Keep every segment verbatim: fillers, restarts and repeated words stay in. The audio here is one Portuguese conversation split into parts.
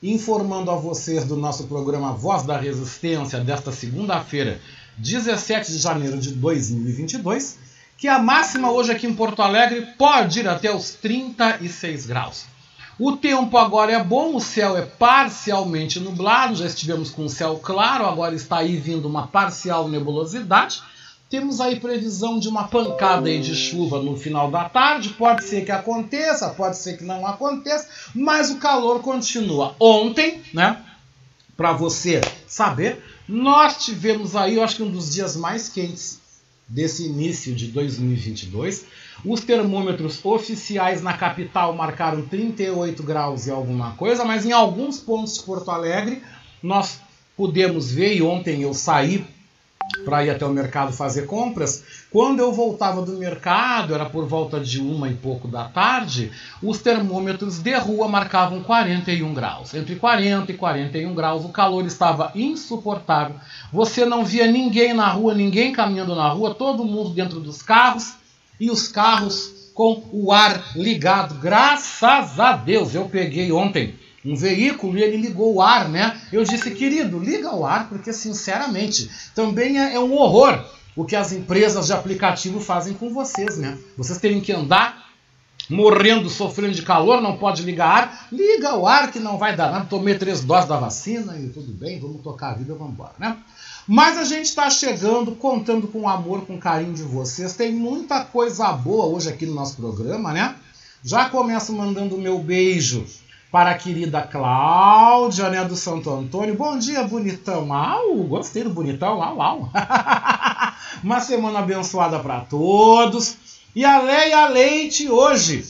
Informando a vocês do nosso programa Voz da Resistência desta segunda-feira, dezessete de janeiro de dois mil e vinte e dois, que a máxima hoje aqui em Porto Alegre pode ir até os trinta e seis graus. O tempo agora é bom, o céu é parcialmente nublado, já estivemos com o céu claro, agora está aí vindo uma parcial nebulosidade. Temos aí previsão de uma pancada aí de chuva no final da tarde, pode ser que aconteça, pode ser que não aconteça, mas o calor continua. Ontem, né, para você saber, nós tivemos aí, eu acho que um dos dias mais quentes desse início de dois mil e vinte e dois. Os termômetros oficiais na capital marcaram trinta e oito graus e alguma coisa, mas em alguns pontos de Porto Alegre nós pudemos ver, e ontem eu saí para ir até o mercado fazer compras. Quando eu voltava do mercado, era por volta de uma e pouco da tarde, os termômetros de rua marcavam quarenta e um graus. Entre quarenta e quarenta e um graus, o calor estava insuportável. Você não via ninguém na rua, ninguém caminhando na rua, todo mundo dentro dos carros, e os carros com o ar ligado. Graças a Deus, eu peguei ontem um veículo e ele ligou o ar, né? Eu disse, querido, liga o ar, porque sinceramente também é, é um horror o que as empresas de aplicativo fazem com vocês, né? Vocês terem que andar morrendo, sofrendo de calor, não pode ligar ar, liga o ar que não vai dar nada. Tomei três doses da vacina e tudo bem, vamos tocar a vida, vamos embora, né? Mas a gente está chegando, contando com o amor, com o carinho de vocês. Tem muita coisa boa hoje aqui no nosso programa, né? Já começo mandando o meu beijo para a querida Cláudia, né, do Santo Antônio. Bom dia, bonitão. Au, gostei do bonitão. Au, au. Uma semana abençoada para todos. E a Leia Leite hoje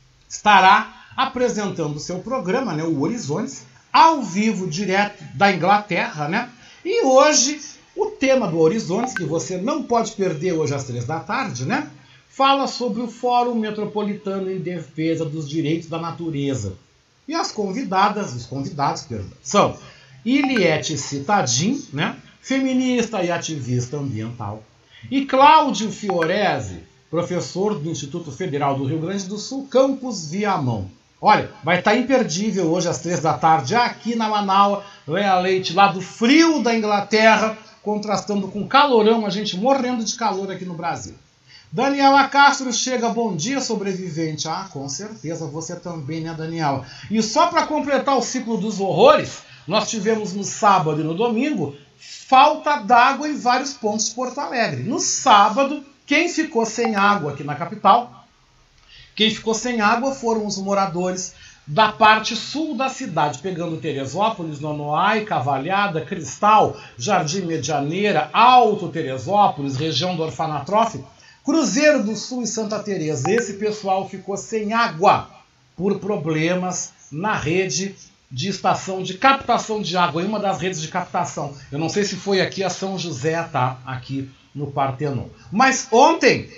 estará apresentando o seu programa, né, o Horizontes, ao vivo, direto da Inglaterra, né? E hoje, o tema do Horizontes, que você não pode perder hoje às três da tarde, né? Fala sobre o Fórum Metropolitano em Defesa dos Direitos da Natureza. E as convidadas, os convidados, perdão, são Iliete Citadin, né, feminista e ativista ambiental, e Cláudio Fiorese, professor do Instituto Federal do Rio Grande do Sul, campus Viamão. Olha, vai estar imperdível hoje às três da tarde aqui na Manaus, Leia Leite, lá do frio da Inglaterra, contrastando com o calorão, a gente morrendo de calor aqui no Brasil. Daniela Castro chega, bom dia, sobrevivente. Ah, com certeza, você também, né, Daniela? E só para completar o ciclo dos horrores, nós tivemos no sábado e no domingo falta d'água em vários pontos de Porto Alegre. No sábado, quem ficou sem água aqui na capital, quem ficou sem água foram os moradores da parte sul da cidade, pegando Teresópolis, Nonoai, Cavalhada, Cristal, Jardim Medianeira, Alto Teresópolis, região do Orfanatrófico, Cruzeiro do Sul e Santa Teresa. Esse pessoal ficou sem água por problemas na rede de estação de captação de água, em uma das redes de captação. Eu não sei se foi aqui a São José, tá? Aqui no Partenon. Mas ontem,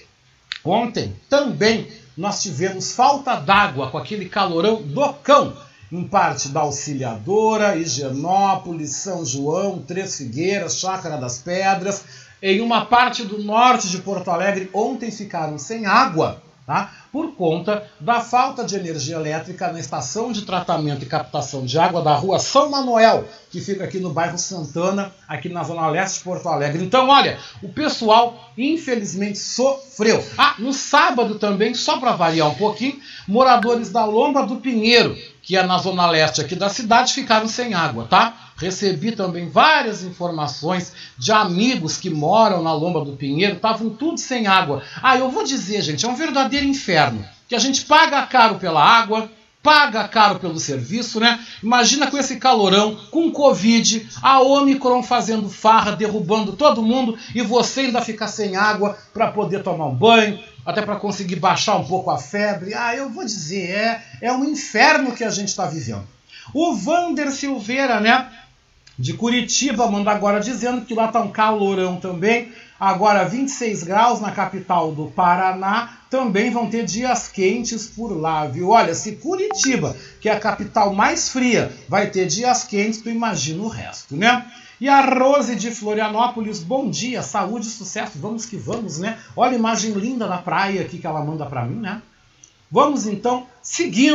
ontem também nós tivemos falta d'água com aquele calorão do cão, em parte da Auxiliadora, Higienópolis, São João, Três Figueiras, Chácara das Pedras. Em uma parte do norte de Porto Alegre, ontem ficaram sem água, tá? Por conta da falta de energia elétrica na estação de tratamento e captação de água da rua São Manuel, que fica aqui no bairro Santana, aqui na zona leste de Porto Alegre. Então, olha, o pessoal infelizmente sofreu. Ah, no sábado também, só para variar um pouquinho, moradores da Lomba do Pinheiro, que é na zona leste aqui da cidade, ficaram sem água, tá? Recebi também várias informações de amigos que moram na Lomba do Pinheiro, estavam tudo sem água. Ah, eu vou dizer, gente, é um verdadeiro inferno, que a gente paga caro pela água, paga caro pelo serviço, né? Imagina com esse calorão, com Covid, a Omicron fazendo farra, derrubando todo mundo, e você ainda ficar sem água para poder tomar um banho, até para conseguir baixar um pouco a febre. Ah, eu vou dizer, é, é um inferno que a gente está vivendo. O Vander Silveira, né, de Curitiba, manda agora dizendo que lá está um calorão também. Agora vinte e seis graus na capital do Paraná. Também vão ter dias quentes por lá, viu? Olha, se Curitiba, que é a capital mais fria, vai ter dias quentes, tu imagina o resto, né? E a Rose de Florianópolis, bom dia, saúde e sucesso, vamos que vamos, né? Olha a imagem linda da praia aqui que ela manda para mim, né? Vamos então seguindo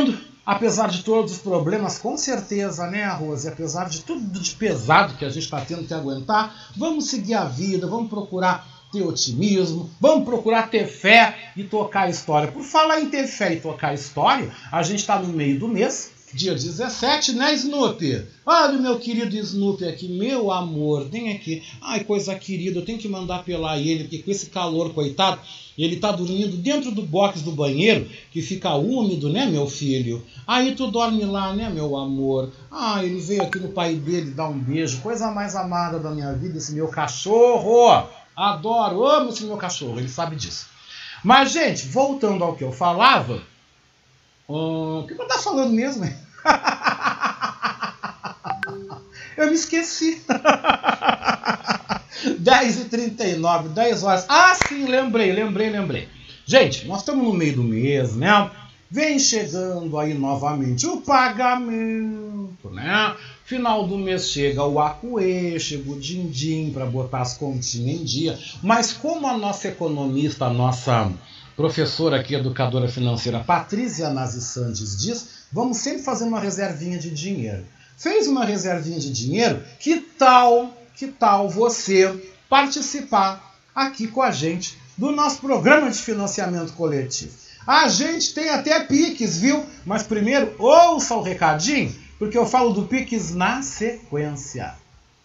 Apesar de todos os problemas, com certeza, né, Rose? Apesar de tudo de pesado que a gente está tendo que aguentar, vamos seguir a vida, vamos procurar ter otimismo, vamos procurar ter fé e tocar a história. Por falar em ter fé e tocar a história, a gente está no meio do mês, dia dezessete, né, Snoopy? Olha o meu querido Snoopy aqui, meu amor, vem aqui. Ai, coisa querida, eu tenho que mandar pelar ele, porque com esse calor, coitado, ele tá dormindo dentro do box do banheiro, que fica úmido, né, meu filho? Aí tu dorme lá, né, meu amor? Ah, ele veio aqui no pai dele dar um beijo, coisa mais amada da minha vida, esse meu cachorro. Adoro, amo esse meu cachorro, ele sabe disso. Mas, gente, voltando ao que eu falava, hum, o que eu tava falando mesmo, hein? Eu me esqueci. dez e trinta e nove, dez horas. Ah, sim, lembrei, lembrei, lembrei. Gente, nós estamos no meio do mês, né? Vem chegando aí novamente o pagamento, né? Final do mês chega o acuê, chega o din-din para botar as continhas em dia. Mas como a nossa economista, a nossa professora aqui, educadora financeira, Patrícia Nazi Santos diz, vamos sempre fazer uma reservinha de dinheiro. Fez uma reservinha de dinheiro? Que tal, que tal você participar aqui com a gente do nosso programa de financiamento coletivo? A gente tem até Pix, viu? Mas primeiro, ouça o recadinho, porque eu falo do Pix na sequência.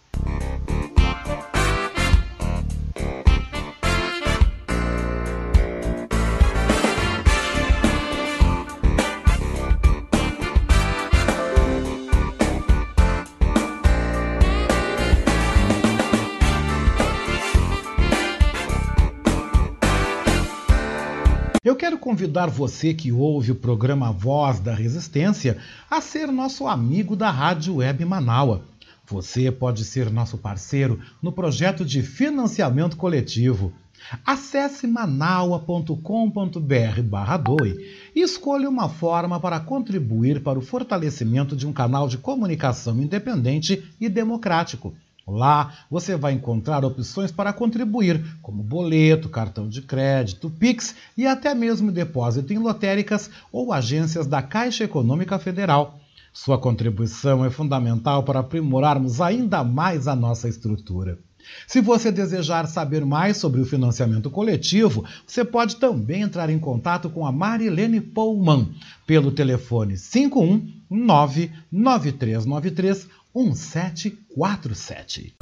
Eu quero convidar você que ouve o programa Voz da Resistência a ser nosso amigo da Rádio Web Manaua. Você pode ser nosso parceiro no projeto de financiamento coletivo. Acesse manaua ponto com ponto br barra doe e escolha uma forma para contribuir para o fortalecimento de um canal de comunicação independente e democrático. Lá você vai encontrar opções para contribuir, como boleto, cartão de crédito, Pix e até mesmo depósito em lotéricas ou agências da Caixa Econômica Federal. Sua contribuição é fundamental para aprimorarmos ainda mais a nossa estrutura. Se você desejar saber mais sobre o financiamento coletivo, você pode também entrar em contato com a Marilene Pullman pelo telefone cinco um nove nove três nove três um sete quatro sete.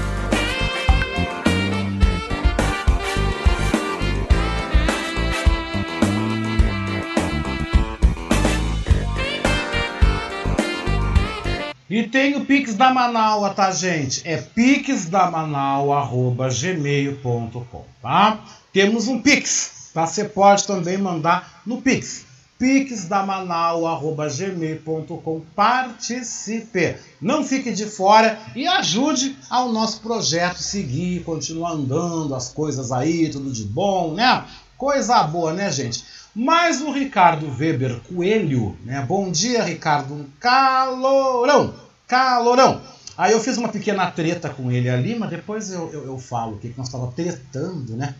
E tem o Pix da Manaua, tá, gente? É pix da manaua arroba gmail ponto com, tá? Temos um Pix, tá? Você pode também mandar no Pix. pix da manaua arroba gmail ponto com. Participe. Não fique de fora e ajude ao nosso projeto seguir, continuar andando, as coisas aí, tudo de bom, né? Coisa boa, né, gente? Mas o Ricardo Weber Coelho, né? Bom dia, Ricardo. Um calorão, calorão. Aí eu fiz uma pequena treta com ele ali, mas depois eu, eu, eu falo o que nós estávamos tretando, né?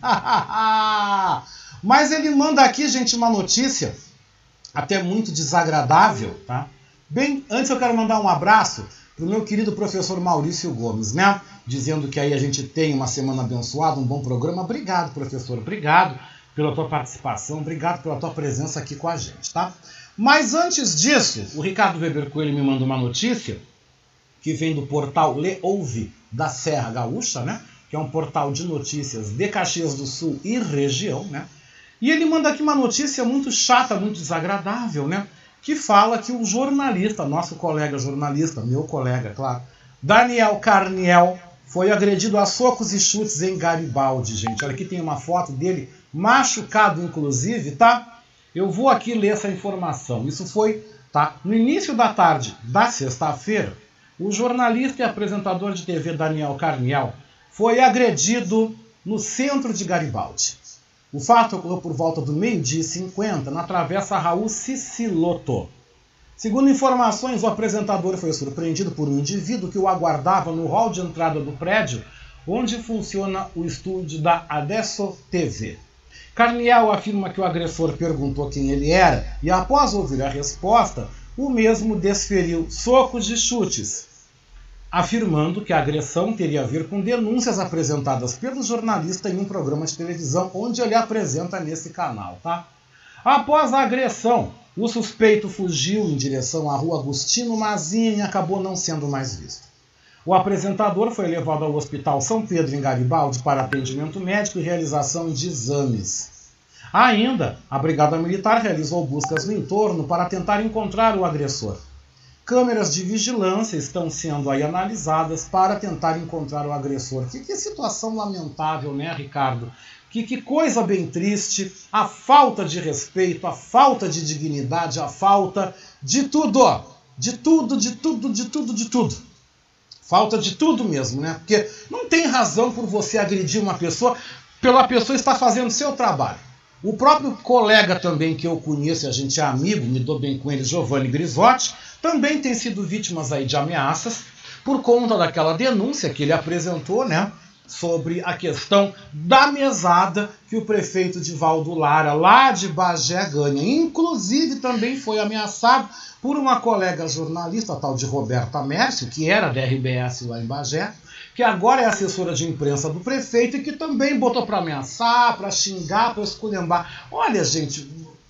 Mas ele manda aqui, gente, uma notícia até muito desagradável, tá? Bem, antes eu quero mandar um abraço para o meu querido professor Maurício Gomes, né? Dizendo que aí a gente tem uma semana abençoada, um bom programa. Obrigado, professor, obrigado pela tua participação, obrigado pela tua presença aqui com a gente, tá? Mas antes disso, o Ricardo Weber Coelho me manda uma notícia que vem do portal Le Ouve da Serra Gaúcha, né? Que é um portal de notícias de Caxias do Sul e região, né? E ele manda aqui uma notícia muito chata, muito desagradável, né? Que fala que o jornalista, nosso colega jornalista, meu colega, claro, Daniel Carniel, foi agredido a socos e chutes em Garibaldi, gente. Olha, aqui tem uma foto dele machucado, inclusive, tá? Eu vou aqui ler essa informação. Isso foi, tá? No início da tarde da sexta-feira, o jornalista e apresentador de T V Daniel Carniel foi agredido no centro de Garibaldi. O fato ocorreu por volta do meio-dia e cinquenta na travessa Raul Ciciloto. Segundo informações, o apresentador foi surpreendido por um indivíduo que o aguardava no hall de entrada do prédio, onde funciona o estúdio da Adesso T V. Carniel afirma que o agressor perguntou quem ele era e, após ouvir a resposta, o mesmo desferiu socos e chutes, afirmando que a agressão teria a ver com denúncias apresentadas pelo jornalista em um programa de televisão onde ele apresenta nesse canal, tá? Após a agressão, o suspeito fugiu em direção à rua Agostinho Mazzini e acabou não sendo mais visto. O apresentador foi levado ao Hospital São Pedro, em Garibaldi, para atendimento médico e realização de exames. Ainda, a Brigada Militar realizou buscas no entorno para tentar encontrar o agressor. Câmeras de vigilância estão sendo aí analisadas para tentar encontrar o agressor. Que, que situação lamentável, né, Ricardo? Que, que coisa bem triste, a falta de respeito, a falta de dignidade, a falta de tudo, de tudo, de tudo, de tudo, de tudo. Falta de tudo mesmo, né? Porque não tem razão por você agredir uma pessoa pela pessoa estar fazendo seu trabalho. O próprio colega também que eu conheço, a gente é amigo, me dou bem com ele, Giovanni Grisotti, também tem sido vítimas aí de ameaças por conta daquela denúncia que ele apresentou, né? Sobre a questão da mesada que o prefeito Divaldo Lara, lá de Bagé, ganha. Inclusive, também foi ameaçado por uma colega jornalista, a tal de Roberta Mércio, que era da R B S lá em Bagé, que agora é assessora de imprensa do prefeito e que também botou para ameaçar, para xingar, para esculhambar. Olha, gente,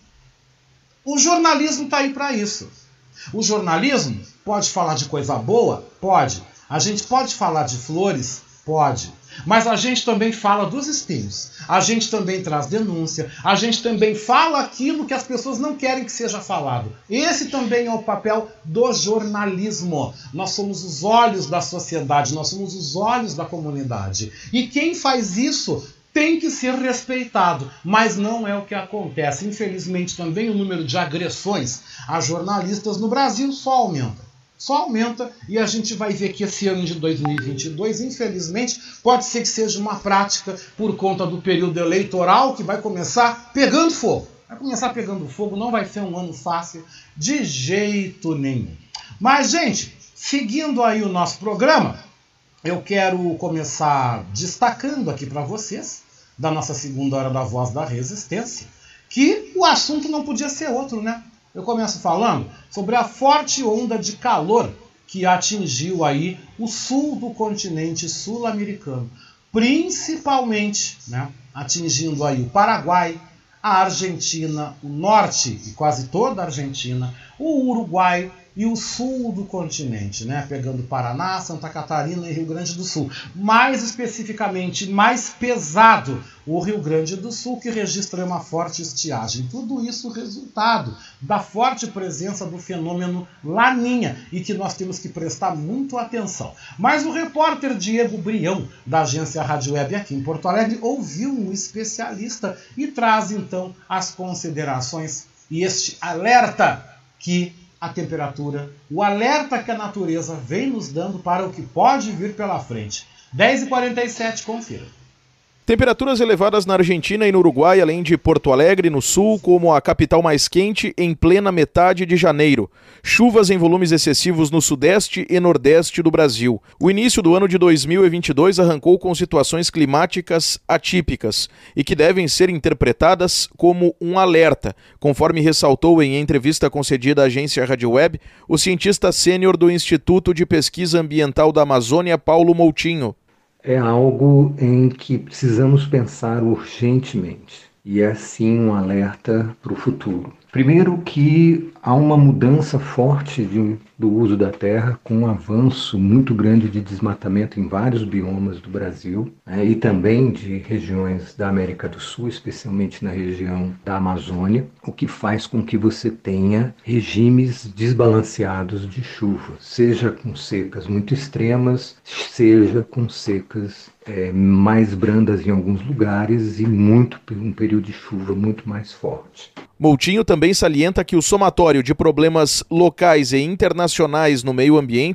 o jornalismo está aí para isso. O jornalismo pode falar de coisa boa? Pode. A gente pode falar de flores? Pode. Mas a gente também fala dos espinhos, a gente também traz denúncia, a gente também fala aquilo que as pessoas não querem que seja falado. Esse também é o papel do jornalismo. Nós somos os olhos da sociedade, nós somos os olhos da comunidade. E quem faz isso tem que ser respeitado, mas não é o que acontece. Infelizmente também o número de agressões a jornalistas no Brasil só aumenta. Só aumenta e a gente vai ver que esse ano de dois mil e vinte e dois, infelizmente, pode ser que seja uma prática por conta do período eleitoral que vai começar pegando fogo. Vai começar pegando fogo, não vai ser um ano fácil de jeito nenhum. Mas, gente, seguindo aí o nosso programa, eu quero começar destacando aqui para vocês, da nossa segunda hora da Voz da Resistência, que o assunto não podia ser outro, né? Eu começo falando sobre a forte onda de calor que atingiu aí o sul do continente sul-americano, principalmente, né, atingindo aí o Paraguai, a Argentina, o norte e quase toda a Argentina, o Uruguai e o sul do continente, né, pegando Paraná, Santa Catarina e Rio Grande do Sul. Mais especificamente, mais pesado, o Rio Grande do Sul, que registra uma forte estiagem. Tudo isso resultado da forte presença do fenômeno Laninha e que nós temos que prestar muito atenção. Mas o repórter Diego Brião, da agência Rádio Web aqui em Porto Alegre, ouviu um especialista e traz então as considerações e este alerta que a temperatura, o alerta que a natureza vem nos dando para o que pode vir pela frente. dez e quarenta e sete, confira. Temperaturas elevadas na Argentina e no Uruguai, além de Porto Alegre, no sul, como a capital mais quente, em plena metade de janeiro. Chuvas em volumes excessivos no sudeste e nordeste do Brasil. O início do ano de dois mil e vinte e dois arrancou com situações climáticas atípicas e que devem ser interpretadas como um alerta, conforme ressaltou em entrevista concedida à agência Rádio Web o cientista sênior do Instituto de Pesquisa Ambiental da Amazônia, Paulo Moutinho. É algo em que precisamos pensar urgentemente e é sim um alerta para o futuro. Primeiro que há uma mudança forte de, do uso da terra, com um avanço muito grande de desmatamento em vários biomas do Brasil, né, e também de regiões da América do Sul, especialmente na região da Amazônia, o que faz com que você tenha regimes desbalanceados de chuva, seja com secas muito extremas, seja com secas é, mais brandas em alguns lugares e muito, um período de chuva muito mais forte. Moutinho também salienta que o somatório de problemas locais e internacionais no meio ambiente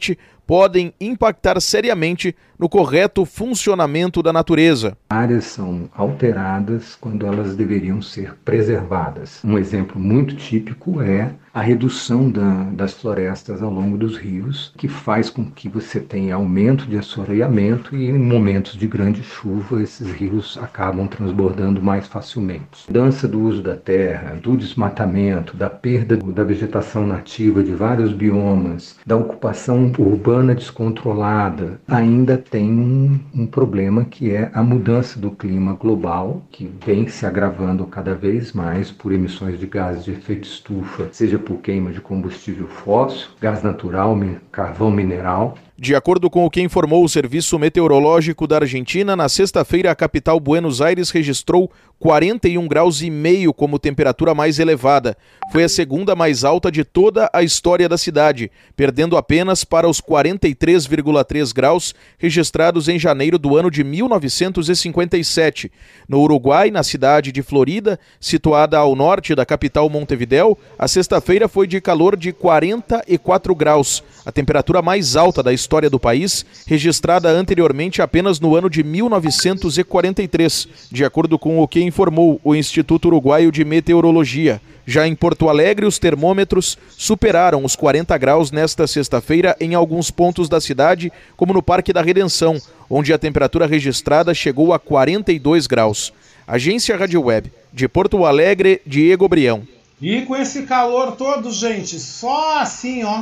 podem impactar seriamente no correto funcionamento da natureza. Áreas são alteradas quando elas deveriam ser preservadas. Um exemplo muito típico é a redução da, das florestas ao longo dos rios, que faz com que você tenha aumento de assoreamento e em momentos de grande chuva esses rios acabam transbordando mais facilmente. Mudança do uso da terra, do desmatamento, da perda da vegetação nativa de vários biomas, da ocupação urbana descontrolada, ainda tem um, um problema que é a mudança do clima global, que vem se agravando cada vez mais por emissões de gases de efeito estufa, seja por queima de combustível fóssil, gás natural, carvão mineral. De acordo com o que informou o Serviço Meteorológico da Argentina, na sexta-feira a capital Buenos Aires registrou quarenta e um graus e meio como temperatura mais elevada. Foi a segunda mais alta de toda a história da cidade, perdendo apenas para os quarenta e três vírgula três graus registrados em janeiro do ano de mil novecentos e cinquenta e sete. No Uruguai, na cidade de Florida, situada ao norte da capital Montevidéu, a sexta-feira foi de calor de quarenta e quatro graus, a temperatura mais alta da história história do país, registrada anteriormente apenas no ano de mil novecentos e quarenta e três, de acordo com o que informou o Instituto Uruguaio de Meteorologia. Já em Porto Alegre, os termômetros superaram os quarenta graus nesta sexta-feira em alguns pontos da cidade, como no Parque da Redenção, onde a temperatura registrada chegou a quarenta e dois graus. Agência Rádio Web, de Porto Alegre, Diego Brião. E com esse calor todo, gente, só assim, ó.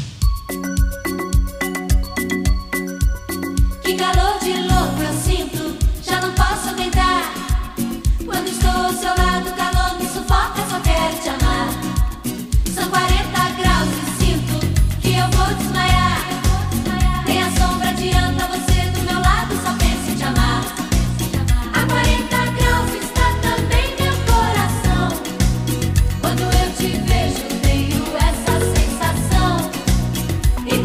Que calor de louco eu sinto, já não posso aguentar. Quando estou ao seu lado, o calor me sufoca, só quero te amar. São quarenta graus e sinto que eu vou desmaiar. Nem a sombra adianta, você do meu lado, só penso em te amar. A quarenta graus está também meu coração. Quando eu te vejo, tenho essa sensação. E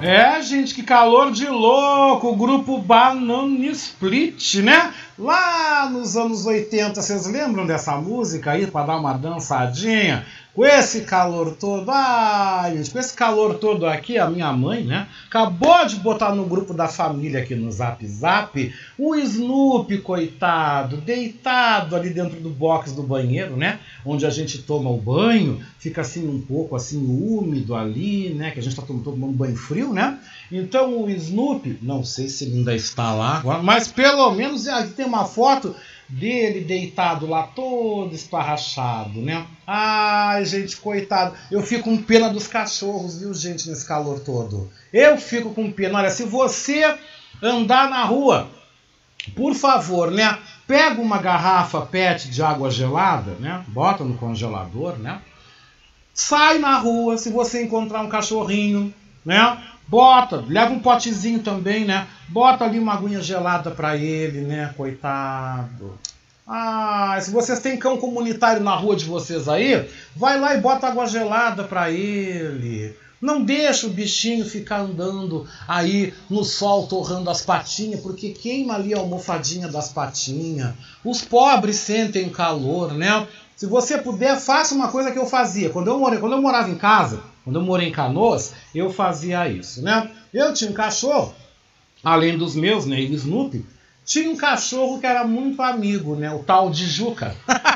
É, gente, que calor de louco, o grupo Banana Split, né? Lá nos anos oitenta, vocês lembram dessa música aí, pra dar uma dançadinha? Com esse calor todo, ai, gente, com esse calor todo aqui, a minha mãe, né, acabou de botar no grupo da família aqui no Zap Zap, o Snoopy, coitado, deitado ali dentro do box do banheiro, né, onde a gente toma o banho, fica assim um pouco assim úmido ali, né, que a gente tá tomando, tomando banho frio, né, então o Snoopy, não sei se ele ainda está lá agora, mas pelo menos tem uma foto dele deitado lá todo esparrachado, né? Ai, gente, coitado. Eu fico com pena dos cachorros, viu, gente, nesse calor todo. Eu fico com pena. Olha, se você andar na rua, por favor, né? Pega uma garrafa pet de água gelada, né? Bota no congelador, né? Sai na rua, se você encontrar um cachorrinho, né? Bota, leva um potezinho também, né? Bota ali uma aguinha gelada pra ele, né? Coitado. Ah, se vocês têm cão comunitário na rua de vocês aí, vai lá e bota água gelada pra ele. Não deixa o bichinho ficar andando aí no sol torrando as patinhas, porque queima ali a almofadinha das patinhas. Os pobres sentem calor, né? Se você puder, faça uma coisa que eu fazia. Quando eu, morei, quando eu morava em casa, quando eu morei em Canoas, eu fazia isso, né? Eu tinha um cachorro, além dos meus, né, e o Snoopy, tinha um cachorro que era muito amigo, né, o tal de Juca.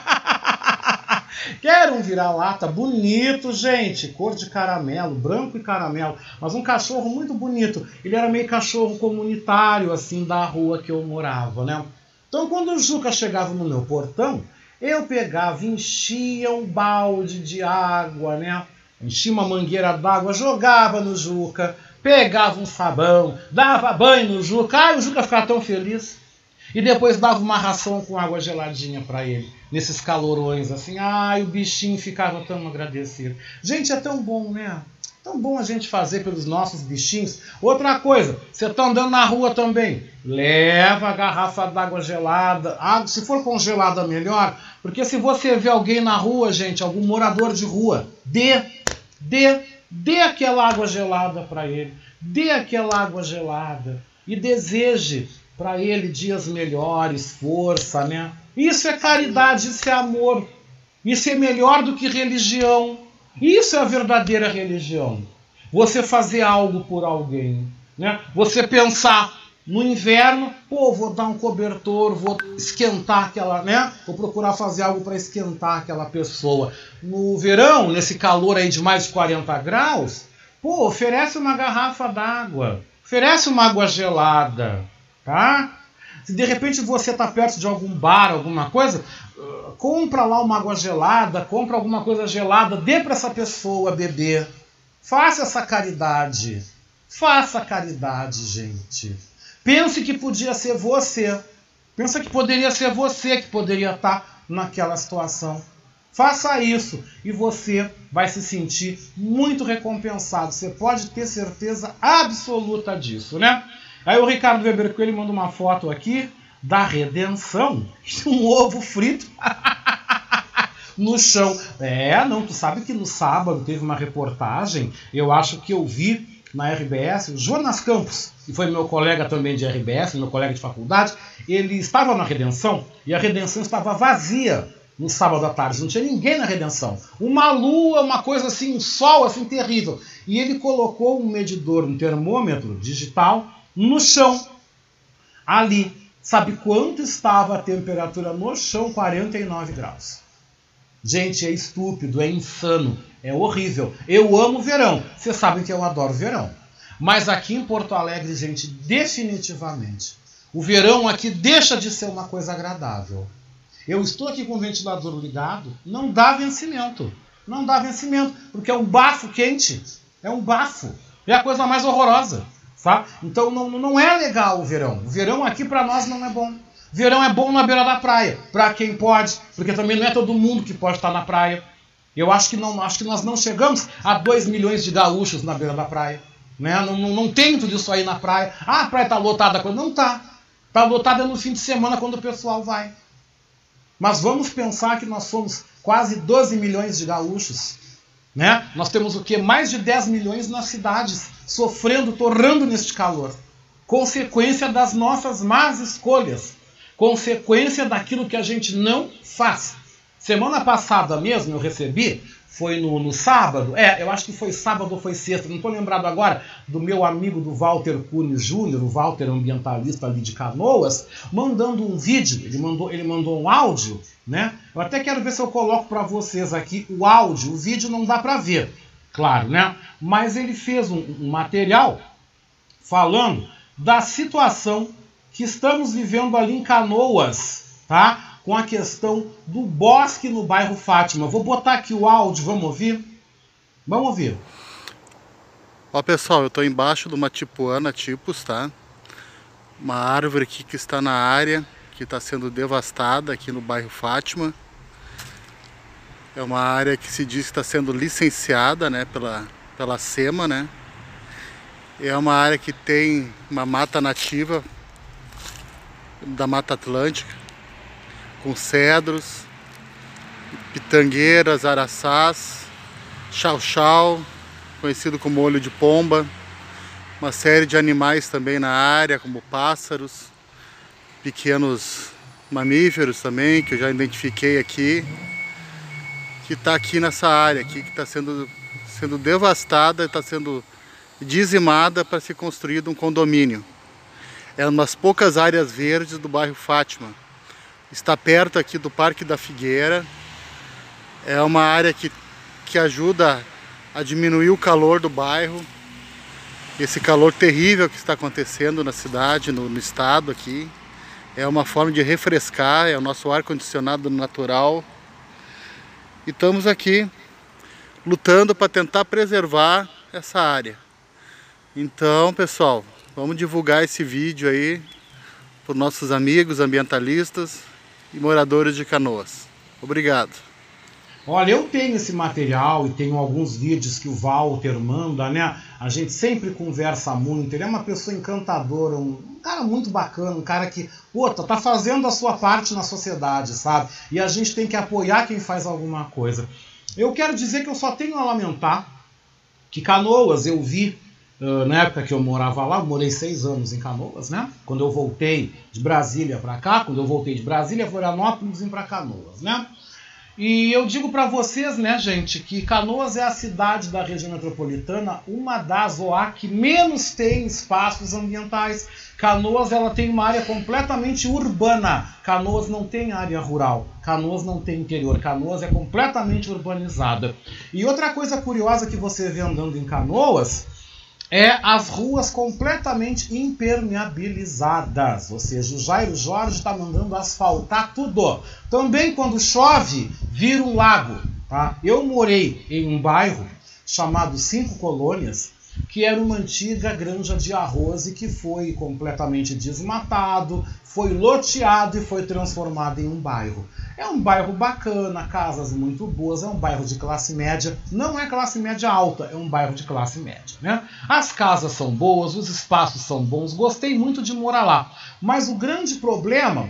Que era um vira-lata bonito, gente, cor de caramelo, branco e caramelo, mas um cachorro muito bonito. Ele era meio cachorro comunitário, assim, da rua que eu morava, né? Então, quando o Juca chegava no meu portão, eu pegava, enchia um balde de água, né? Enchia uma mangueira d'água, jogava no Juca, pegava um sabão, dava banho no Juca. Ai, o Juca ficava tão feliz. E depois dava uma ração com água geladinha para ele, nesses calorões assim. Ai, o bichinho ficava tão agradecido. Gente, é tão bom, né? Tão bom a gente fazer pelos nossos bichinhos. Outra coisa, você tá andando na rua também, leva a garrafa d'água gelada. Água, se for congelada, melhor. Porque se você vê alguém na rua, gente, algum morador de rua, dê, dê, dê aquela água gelada para ele. Dê aquela água gelada. E deseje para ele dias melhores, força, né? Isso é caridade, isso é amor. Isso é melhor do que religião. Isso é a verdadeira religião. Você fazer algo por alguém, né? Você pensar no inverno, pô, vou dar um cobertor, vou esquentar aquela, né? Vou procurar fazer algo para esquentar aquela pessoa. No verão, nesse calor aí de mais de quarenta graus, pô, oferece uma garrafa d'água, oferece uma água gelada, tá? Se de repente você está perto de algum bar, alguma coisa, uh, compra lá uma água gelada, compra alguma coisa gelada, dê para essa pessoa beber. Faça essa caridade. Faça caridade, gente. Pense que podia ser você. Pensa que poderia ser você que poderia estar naquela situação. Faça isso e você vai se sentir muito recompensado. Você pode ter certeza absoluta disso, né? Aí o Ricardo Weber Coelho manda uma foto aqui da redenção, um ovo frito no chão. É, não, tu sabe que no sábado teve uma reportagem, eu acho que eu vi na R B S, o Jonas Campos, que foi meu colega também de R B S, meu colega de faculdade, ele estava na Redenção e a Redenção estava vazia no sábado à tarde, não tinha ninguém na Redenção. Uma lua, uma coisa assim, um sol assim terrível. E ele colocou um medidor, um termômetro digital, no chão, ali. Sabe quanto estava a temperatura no chão? quarenta e nove graus. Gente, é estúpido, é insano, é horrível. Eu amo verão, vocês sabem que eu adoro verão. Mas aqui em Porto Alegre, gente, definitivamente, o verão aqui deixa de ser uma coisa agradável. Eu estou aqui com o ventilador ligado, não dá vencimento. Não dá vencimento, porque é um bafo quente. É um bafo. É a coisa mais horrorosa. Tá? Então não, não é legal o verão. O verão aqui para nós não é bom. Verão é bom na beira da praia, para quem pode, porque também não é todo mundo que pode estar na praia. Eu acho que, não, acho que nós não chegamos a dois milhões de gaúchos na beira da praia. Né? Não, não, não tem tudo isso aí na praia. Ah, a praia está lotada. Não está. Está lotada no fim de semana quando o pessoal vai. Mas vamos pensar que nós somos quase doze milhões de gaúchos. Né? Nós temos o quê? Mais de dez milhões nas cidades, sofrendo, torrando neste calor. Consequência das nossas más escolhas. Consequência daquilo que a gente não faz. Semana passada mesmo eu recebi, foi no, no sábado, é, eu acho que foi sábado ou foi sexta, não estou lembrado agora, do meu amigo do Walter Kunes Júnior, o Walter ambientalista ali de Canoas, mandando um vídeo, ele mandou, ele mandou um áudio, né? Eu até quero ver se eu coloco para vocês aqui o áudio, o vídeo não dá para ver, claro, né? Mas ele fez um, um material falando da situação que estamos vivendo ali em Canoas, tá? Com a questão do bosque no bairro Fátima. Vou botar aqui o áudio, vamos ouvir? Vamos ouvir. Ó pessoal, eu estou embaixo de uma tipuana tipus, tá? Uma árvore aqui que está na área, que está sendo devastada aqui no bairro Fátima. É uma área que se diz que está sendo licenciada, né, pela, pela SEMA, né? É uma área que tem uma mata nativa da Mata Atlântica, com cedros, pitangueiras, araçás, chau-chau, conhecido como olho de pomba, uma série de animais também na área, como pássaros, pequenos mamíferos também, que eu já identifiquei aqui, que está aqui nessa área, aqui, que está sendo, sendo devastada, está sendo dizimada para ser construído um condomínio. É uma das poucas áreas verdes do bairro Fátima. Está perto aqui do Parque da Figueira. É uma área que, que ajuda a diminuir o calor do bairro. Esse calor terrível que está acontecendo na cidade, no, no estado aqui. É uma forma de refrescar, é o nosso ar-condicionado natural. E estamos aqui lutando para tentar preservar essa área. Então, pessoal, vamos divulgar esse vídeo aí para os nossos amigos ambientalistas e moradores de Canoas. Obrigado. Olha, eu tenho esse material e tenho alguns vídeos que o Walter manda, né? A gente sempre conversa muito, ele é uma pessoa encantadora, um cara muito bacana, um cara que, pô, tá fazendo a sua parte na sociedade, sabe? E a gente tem que apoiar quem faz alguma coisa. Eu quero dizer que eu só tenho a lamentar que Canoas eu vi, Uh, na época que eu morava lá, eu morei seis anos em Canoas, né? Quando eu voltei de Brasília para cá, quando eu voltei de Brasília, Florianópolis, vim para Canoas, né? E eu digo para vocês, né, gente, que Canoas é a cidade da região metropolitana, uma das O A que menos tem espaços ambientais. Canoas, ela tem uma área completamente urbana. Canoas não tem área rural. Canoas não tem interior. Canoas é completamente urbanizada. E outra coisa curiosa que você vê andando em Canoas é as ruas completamente impermeabilizadas, ou seja, o Jairo Jorge está mandando asfaltar tudo. Também quando chove, vira um lago. Tá? Eu morei em um bairro chamado Cinco Colônias, que era uma antiga granja de arroz e que foi completamente desmatado, foi loteado e foi transformado em um bairro. É um bairro bacana, casas muito boas, é um bairro de classe média, não é classe média alta, é um bairro de classe média, né? As casas são boas, os espaços são bons, gostei muito de morar lá. Mas o grande problema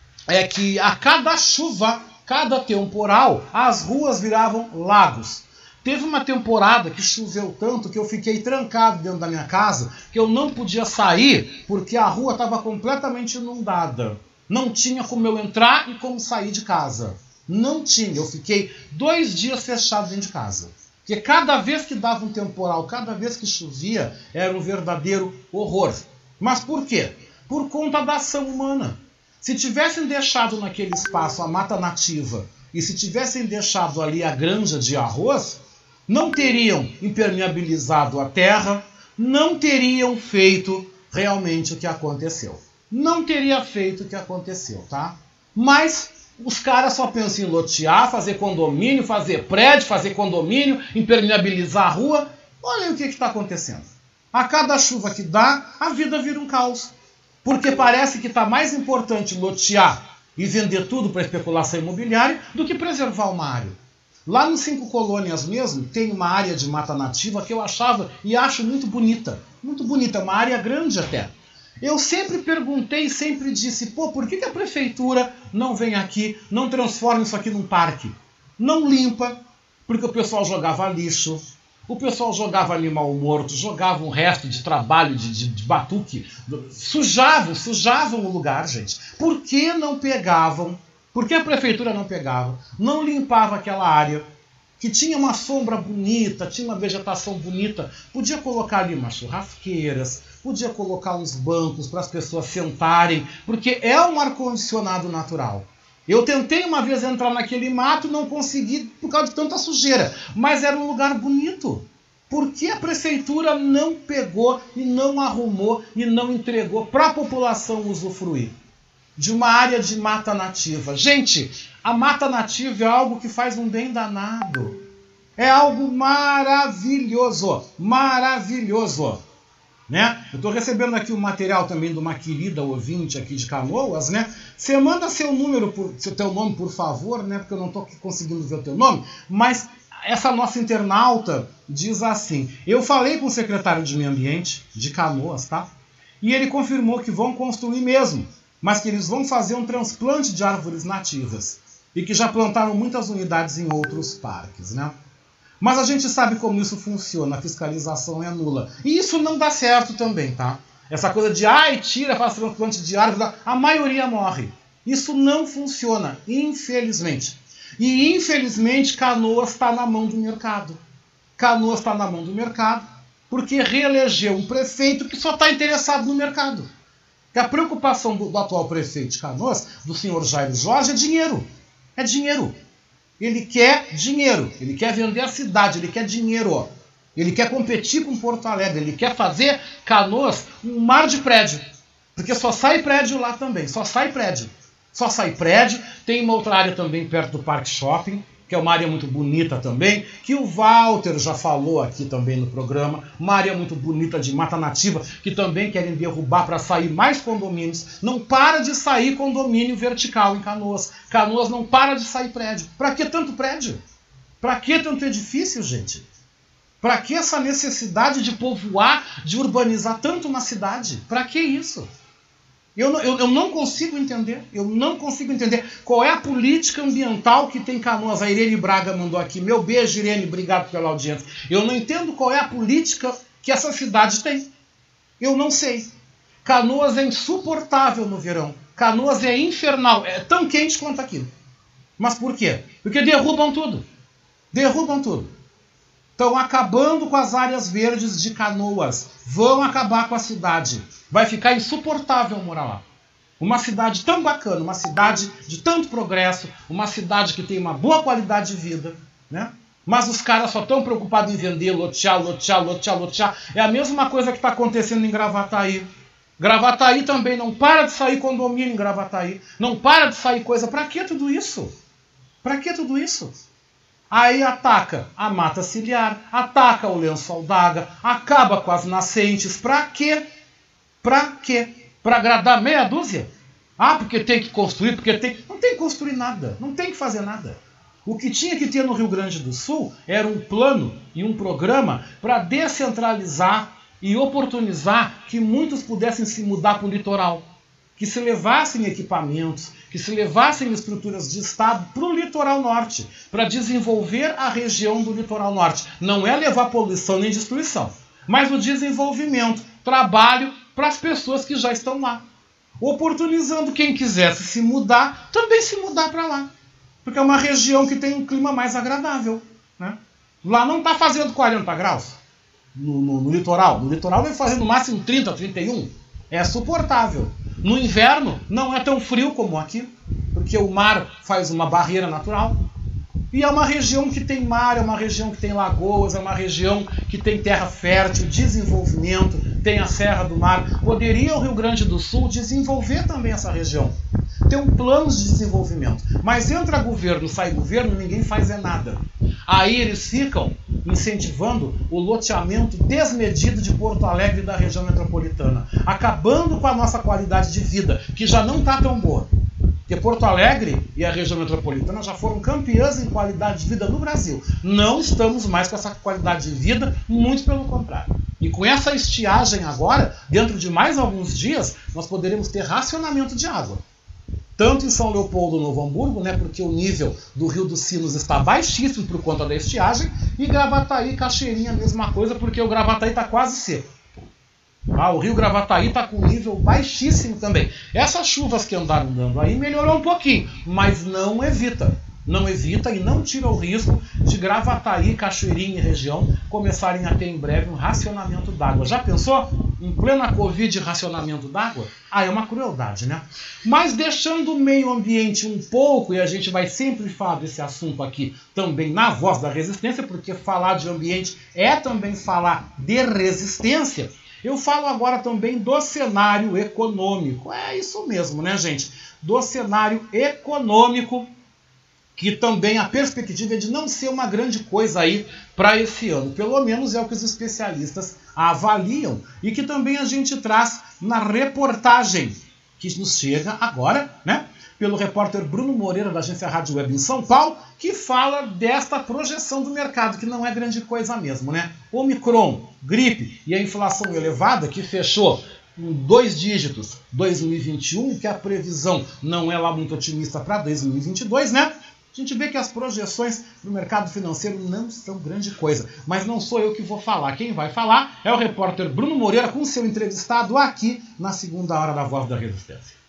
é que a cada chuva, cada temporal, as ruas viravam lagos. Teve uma temporada que choveu tanto que eu fiquei trancado dentro da minha casa, que eu não podia sair porque a rua estava completamente inundada. Não tinha como eu entrar e como sair de casa. Não tinha. Eu fiquei dois dias fechado dentro de casa. Porque cada vez que dava um temporal, cada vez que chovia, era um verdadeiro horror. Mas por quê? Por conta da ação humana. Se tivessem deixado naquele espaço a mata nativa e se tivessem deixado ali a granja de arroz, não teriam impermeabilizado a terra, não teriam feito realmente o que aconteceu. Não teria feito o que aconteceu, tá? Mas os caras só pensam em lotear, fazer condomínio, fazer prédio, fazer condomínio, impermeabilizar a rua. Olha o que está acontecendo. A cada chuva que dá, a vida vira um caos. Porque parece que está mais importante lotear e vender tudo para especulação imobiliária do que preservar uma área. Lá nos Cinco Colônias mesmo, tem uma área de mata nativa que eu achava e acho muito bonita. Muito bonita, uma área grande até. Eu sempre perguntei, sempre disse, pô, por que que a prefeitura não vem aqui, não transforma isso aqui num parque? Não limpa, porque o pessoal jogava lixo, o pessoal jogava animal morto, jogava um resto de trabalho de, de, de batuque, sujavam, sujavam o lugar, gente. Por que não pegavam, por que a prefeitura não pegava, não limpava aquela área, que tinha uma sombra bonita, tinha uma vegetação bonita, podia colocar ali umas churrasqueiras, podia colocar uns bancos para as pessoas sentarem, porque é um ar-condicionado natural. Eu tentei uma vez entrar naquele mato e não consegui por causa de tanta sujeira, mas era um lugar bonito. Por que a prefeitura não pegou e não arrumou e não entregou para a população usufruir de uma área de mata nativa? Gente, a mata nativa é algo que faz um bem danado. É algo maravilhoso, maravilhoso. Né? Eu estou recebendo aqui o material também de uma querida ouvinte aqui de Canoas, né? Você manda seu número, por, seu teu nome, por favor, né? Porque eu não estou conseguindo ver o teu nome, mas essa nossa internauta diz assim: eu falei com o secretário de Meio Ambiente de Canoas, tá? E ele confirmou que vão construir mesmo, mas que eles vão fazer um transplante de árvores nativas e que já plantaram muitas unidades em outros parques, né? Mas a gente sabe como isso funciona, a fiscalização é nula. E isso não dá certo também, tá? Essa coisa de, ai, tira, faz transplante de árvore, a maioria morre. Isso não funciona, infelizmente. E, infelizmente, Canoas está na mão do mercado. Canoas está na mão do mercado porque reelegeu um prefeito que só está interessado no mercado. Que a preocupação do, do atual prefeito de Canoas, do senhor Jair Jorge, é dinheiro. É dinheiro. Ele quer dinheiro, ele quer vender a cidade, ele quer dinheiro, ó. Ele quer competir com Porto Alegre, ele quer fazer Canoas um mar de prédio. Porque só sai prédio lá também, só sai prédio. Só sai prédio, tem uma outra área também perto do Parque Shopping, que é uma área muito bonita também, que o Walter já falou aqui também no programa, uma área muito bonita de mata nativa, que também querem derrubar para sair mais condomínios. Não para de sair condomínio vertical em Canoas. Canoas não para de sair prédio. Para que tanto prédio? Para que tanto edifício, gente? Para que essa necessidade de povoar, de urbanizar tanto uma cidade? Para que isso? Eu não, eu, eu não consigo entender, eu não consigo entender qual é a política ambiental que tem Canoas. A Irene Braga mandou aqui, meu beijo, Irene, obrigado pela audiência. Eu não entendo qual é a política que essa cidade tem. Eu não sei. Canoas é insuportável no verão. Canoas é infernal, é tão quente quanto aqui. Mas por quê? Porque derrubam tudo. Derrubam tudo. Estão acabando com as áreas verdes de Canoas. Vão acabar com a cidade. Vai ficar insuportável morar lá. Uma cidade tão bacana, uma cidade de tanto progresso, uma cidade que tem uma boa qualidade de vida, né? Mas os caras só estão preocupados em vender, lotear, lotear, lotear, lotear. É a mesma coisa que está acontecendo em Gravataí. Gravataí também não para de sair condomínio em Gravataí. Não para de sair coisa. Para que tudo isso? Para que tudo isso? Aí ataca a mata ciliar, ataca o lençol d'água, acaba com as nascentes. Pra quê? Pra quê? Pra agradar meia dúzia? Ah, porque tem que construir, porque tem... Não tem que construir nada, não tem que fazer nada. O que tinha que ter no Rio Grande do Sul era um plano e um programa para descentralizar e oportunizar que muitos pudessem se mudar para o litoral. Que se levassem equipamentos, que se levassem estruturas de Estado para o litoral norte, para desenvolver a região do litoral norte. Não é levar poluição nem destruição, mas o desenvolvimento, trabalho para as pessoas que já estão lá. Oportunizando quem quisesse se mudar, também se mudar para lá. Porque é uma região que tem um clima mais agradável, né? Lá não está fazendo quarenta graus no, no, no litoral. No litoral vai fazer no máximo trinta, trinta e um. É suportável. No inverno não é tão frio como aqui, porque o mar faz uma barreira natural. E é uma região que tem mar, é uma região que tem lagoas, é uma região que tem terra fértil, desenvolvimento, tem a Serra do Mar. Poderia o Rio Grande do Sul desenvolver também essa região. Tem um plano de desenvolvimento. Mas entra governo, sai governo, ninguém faz é nada. Aí eles ficam incentivando o loteamento desmedido de Porto Alegre e da região metropolitana, acabando com a nossa qualidade de vida, que já não está tão boa. Porque Porto Alegre e a região metropolitana já foram campeãs em qualidade de vida no Brasil. Não estamos mais com essa qualidade de vida, muito pelo contrário. E com essa estiagem agora, dentro de mais alguns dias, nós poderemos ter racionamento de água. tanto em São Leopoldo, Novo Hamburgo, né, porque o nível do Rio dos Sinos está baixíssimo por conta da estiagem, e Gravataí, Cachoeirinha, a mesma coisa, porque o Gravataí está quase seco. Ah, o Rio Gravataí está com nível baixíssimo também. Essas chuvas que andaram dando aí melhorou um pouquinho, mas não evita. Não evita e não tira o risco de Gravataí, Cachoeirinha e região começarem a ter em breve um racionamento d'água. Já pensou? Em plena Covid, racionamento d'água? Ah, é uma crueldade, né? Mas deixando o meio ambiente um pouco, e a gente vai sempre falar desse assunto aqui também na Voz da Resistência, porque falar de ambiente é também falar de resistência, eu falo agora também do cenário econômico. É isso mesmo, né, gente? Do cenário econômico, que também a perspectiva é de não ser uma grande coisa aí para esse ano. Pelo menos é o que os especialistas avaliam e que também a gente traz na reportagem que nos chega agora, né? Pelo repórter Bruno Moreira, da agência Rádio Web em São Paulo, que fala desta projeção do mercado, que não é grande coisa mesmo, né? Omicron, gripe e a inflação elevada, que fechou em dois dígitos dois mil e vinte e um, que a previsão não é lá muito otimista para dois mil e vinte e dois, né? A gente vê que as projeções do mercado financeiro não são grande coisa. Mas não sou eu que vou falar. Quem vai falar é o repórter Bruno Moreira com seu entrevistado aqui na segunda hora da Voz da Resistência.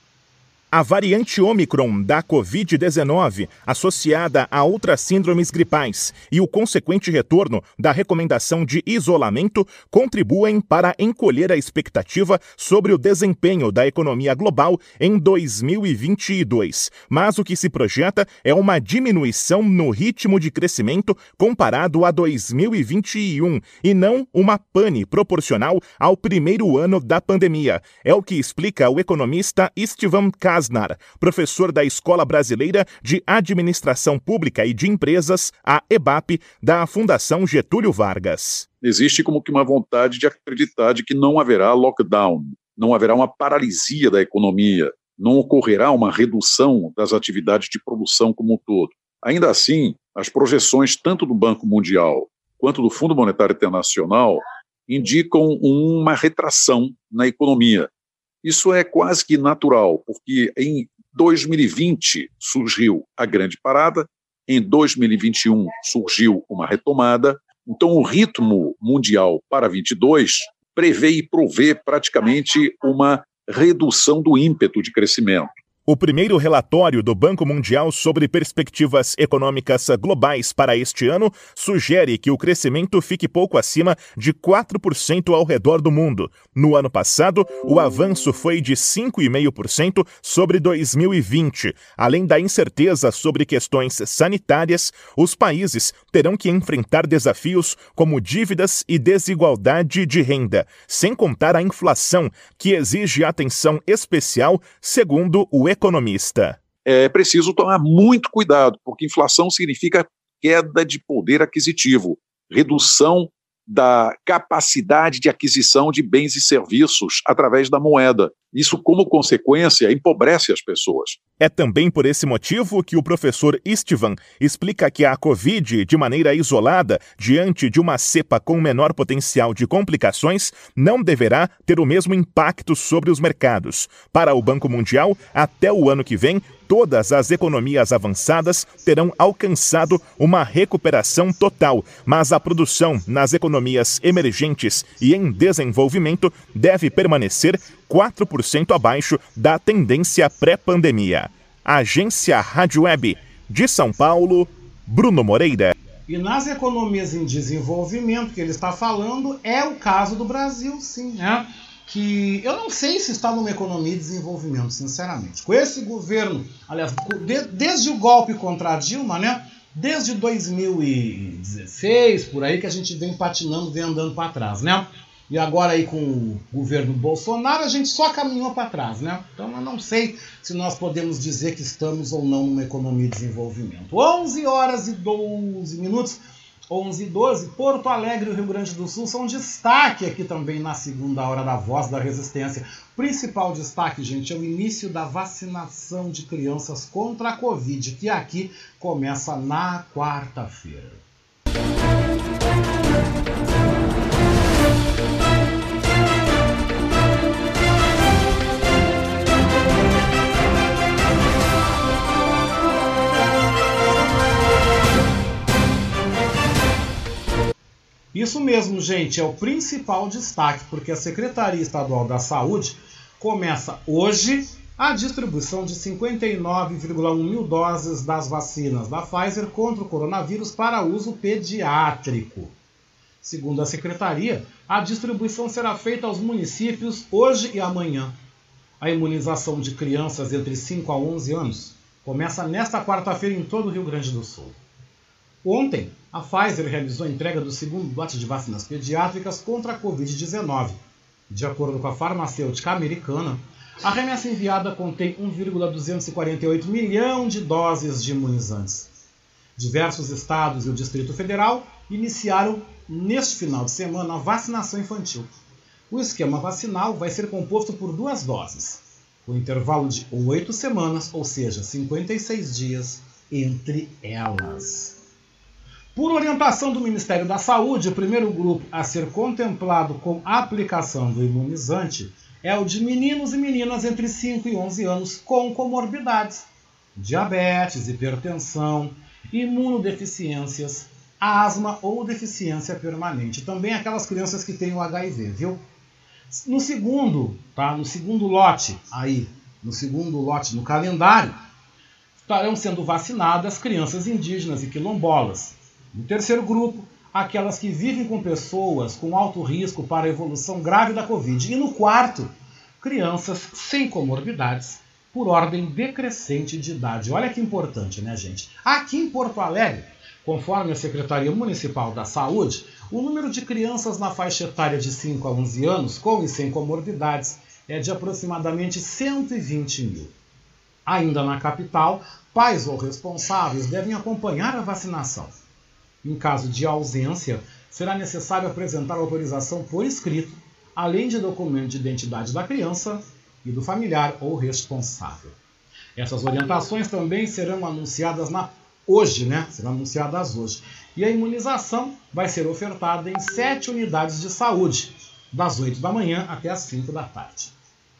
A variante Ômicron da covid dezenove, associada a outras síndromes gripais e o consequente retorno da recomendação de isolamento, contribuem para encolher a expectativa sobre o desempenho da economia global em dois mil e vinte e dois. Mas o que se projeta é uma diminuição no ritmo de crescimento comparado a dois mil e vinte e um, e não uma pane proporcional ao primeiro ano da pandemia. É o que explica o economista Istvan Kasnar, professor da Escola Brasileira de Administração Pública e de Empresas, a EBAP, da Fundação Getúlio Vargas. Existe como que uma vontade de acreditar de que não haverá lockdown, não haverá uma paralisia da economia, não ocorrerá uma redução das atividades de produção como um todo. Ainda assim, as projeções tanto do Banco Mundial quanto do Fundo Monetário Internacional indicam uma retração na economia. Isso é quase que natural, porque em dois mil e vinte surgiu a grande parada, em dois mil e vinte e um surgiu uma retomada, então o ritmo mundial para vinte e dois prevê e provê praticamente uma redução do ímpeto de crescimento. O primeiro relatório do Banco Mundial sobre perspectivas econômicas globais para este ano sugere que o crescimento fique pouco acima de quatro por cento ao redor do mundo. No ano passado, o avanço foi de cinco vírgula cinco por cento sobre dois mil e vinte. Além da incerteza sobre questões sanitárias, os países terão que enfrentar desafios como dívidas e desigualdade de renda, sem contar a inflação, que exige atenção especial, segundo o economista. É preciso tomar muito cuidado, porque inflação significa queda de poder aquisitivo, redução da capacidade de aquisição de bens e serviços através da moeda. Isso, como consequência, empobrece as pessoas. É também por esse motivo que o professor Istvan explica que a Covid, de maneira isolada, diante de uma cepa com menor potencial de complicações, não deverá ter o mesmo impacto sobre os mercados. Para o Banco Mundial, até o ano que vem, todas as economias avançadas terão alcançado uma recuperação total, mas a produção nas economias emergentes e em desenvolvimento deve permanecer quatro por cento abaixo da tendência pré-pandemia. Agência Rádio Web de São Paulo, Bruno Moreira. E nas economias em desenvolvimento que ele está falando, é o caso do Brasil, sim, né? Que eu não sei se está numa economia de desenvolvimento, sinceramente. Com esse governo, aliás, de, desde o golpe contra a Dilma, né? Desde dois mil e dezesseis, por aí, que a gente vem patinando, vem andando para trás, né? E agora aí com o governo Bolsonaro, a gente só caminhou para trás, né? Então eu não sei se nós podemos dizer que estamos ou não numa economia de desenvolvimento. onze horas e doze minutos, onze e doze, Porto Alegre e o Rio Grande do Sul são destaque aqui também na segunda hora da Voz da Resistência. O principal destaque, gente, é o início da vacinação de crianças contra a Covid, que aqui começa na quarta-feira. Isso mesmo, gente, é o principal destaque, porque a Secretaria Estadual da Saúde começa hoje a distribuição de cinquenta e nove vírgula um mil doses das vacinas da Pfizer contra o coronavírus para uso pediátrico. Segundo a Secretaria, a distribuição será feita aos municípios hoje e amanhã. A imunização de crianças entre cinco a onze anos começa nesta quarta-feira em todo o Rio Grande do Sul. Ontem, a Pfizer realizou a entrega do segundo lote de vacinas pediátricas contra a covid dezenove. De acordo com a farmacêutica americana, a remessa enviada contém um vírgula duzentos e quarenta e oito milhão de doses de imunizantes. Diversos estados e o Distrito Federal iniciaram, neste final de semana, a vacinação infantil. O esquema vacinal vai ser composto por duas doses, com intervalo de oito semanas, ou seja, cinquenta e seis dias entre elas. Por orientação do Ministério da Saúde, o primeiro grupo a ser contemplado com a aplicação do imunizante é o de meninos e meninas entre cinco e onze anos com comorbidades, diabetes, hipertensão, imunodeficiências, asma ou deficiência permanente. Também aquelas crianças que têm o H I V, viu? No segundo, tá? No segundo lote, aí, no segundo lote no calendário, estarão sendo vacinadas crianças indígenas e quilombolas. No terceiro grupo, aquelas que vivem com pessoas com alto risco para a evolução grave da Covid. E no quarto, crianças sem comorbidades, por ordem decrescente de idade. Olha que importante, né, gente? Aqui em Porto Alegre, conforme a Secretaria Municipal da Saúde, o número de crianças na faixa etária de cinco a onze anos, com e sem comorbidades, é de aproximadamente cento e vinte mil. Ainda na capital, pais ou responsáveis devem acompanhar a vacinação. Em caso de ausência, será necessário apresentar autorização por escrito, além de documento de identidade da criança e do familiar ou responsável. Essas orientações também serão anunciadas na, hoje, né? Serão anunciadas hoje. E a imunização vai ser ofertada em sete unidades de saúde, das oito da manhã até as cinco da tarde.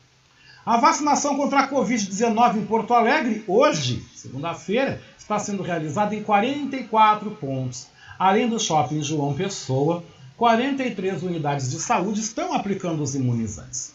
A vacinação contra a covid dezenove em Porto Alegre, hoje, segunda-feira, está sendo realizada em quarenta e quatro pontos. Além do shopping João Pessoa, quarenta e três unidades de saúde estão aplicando os imunizantes.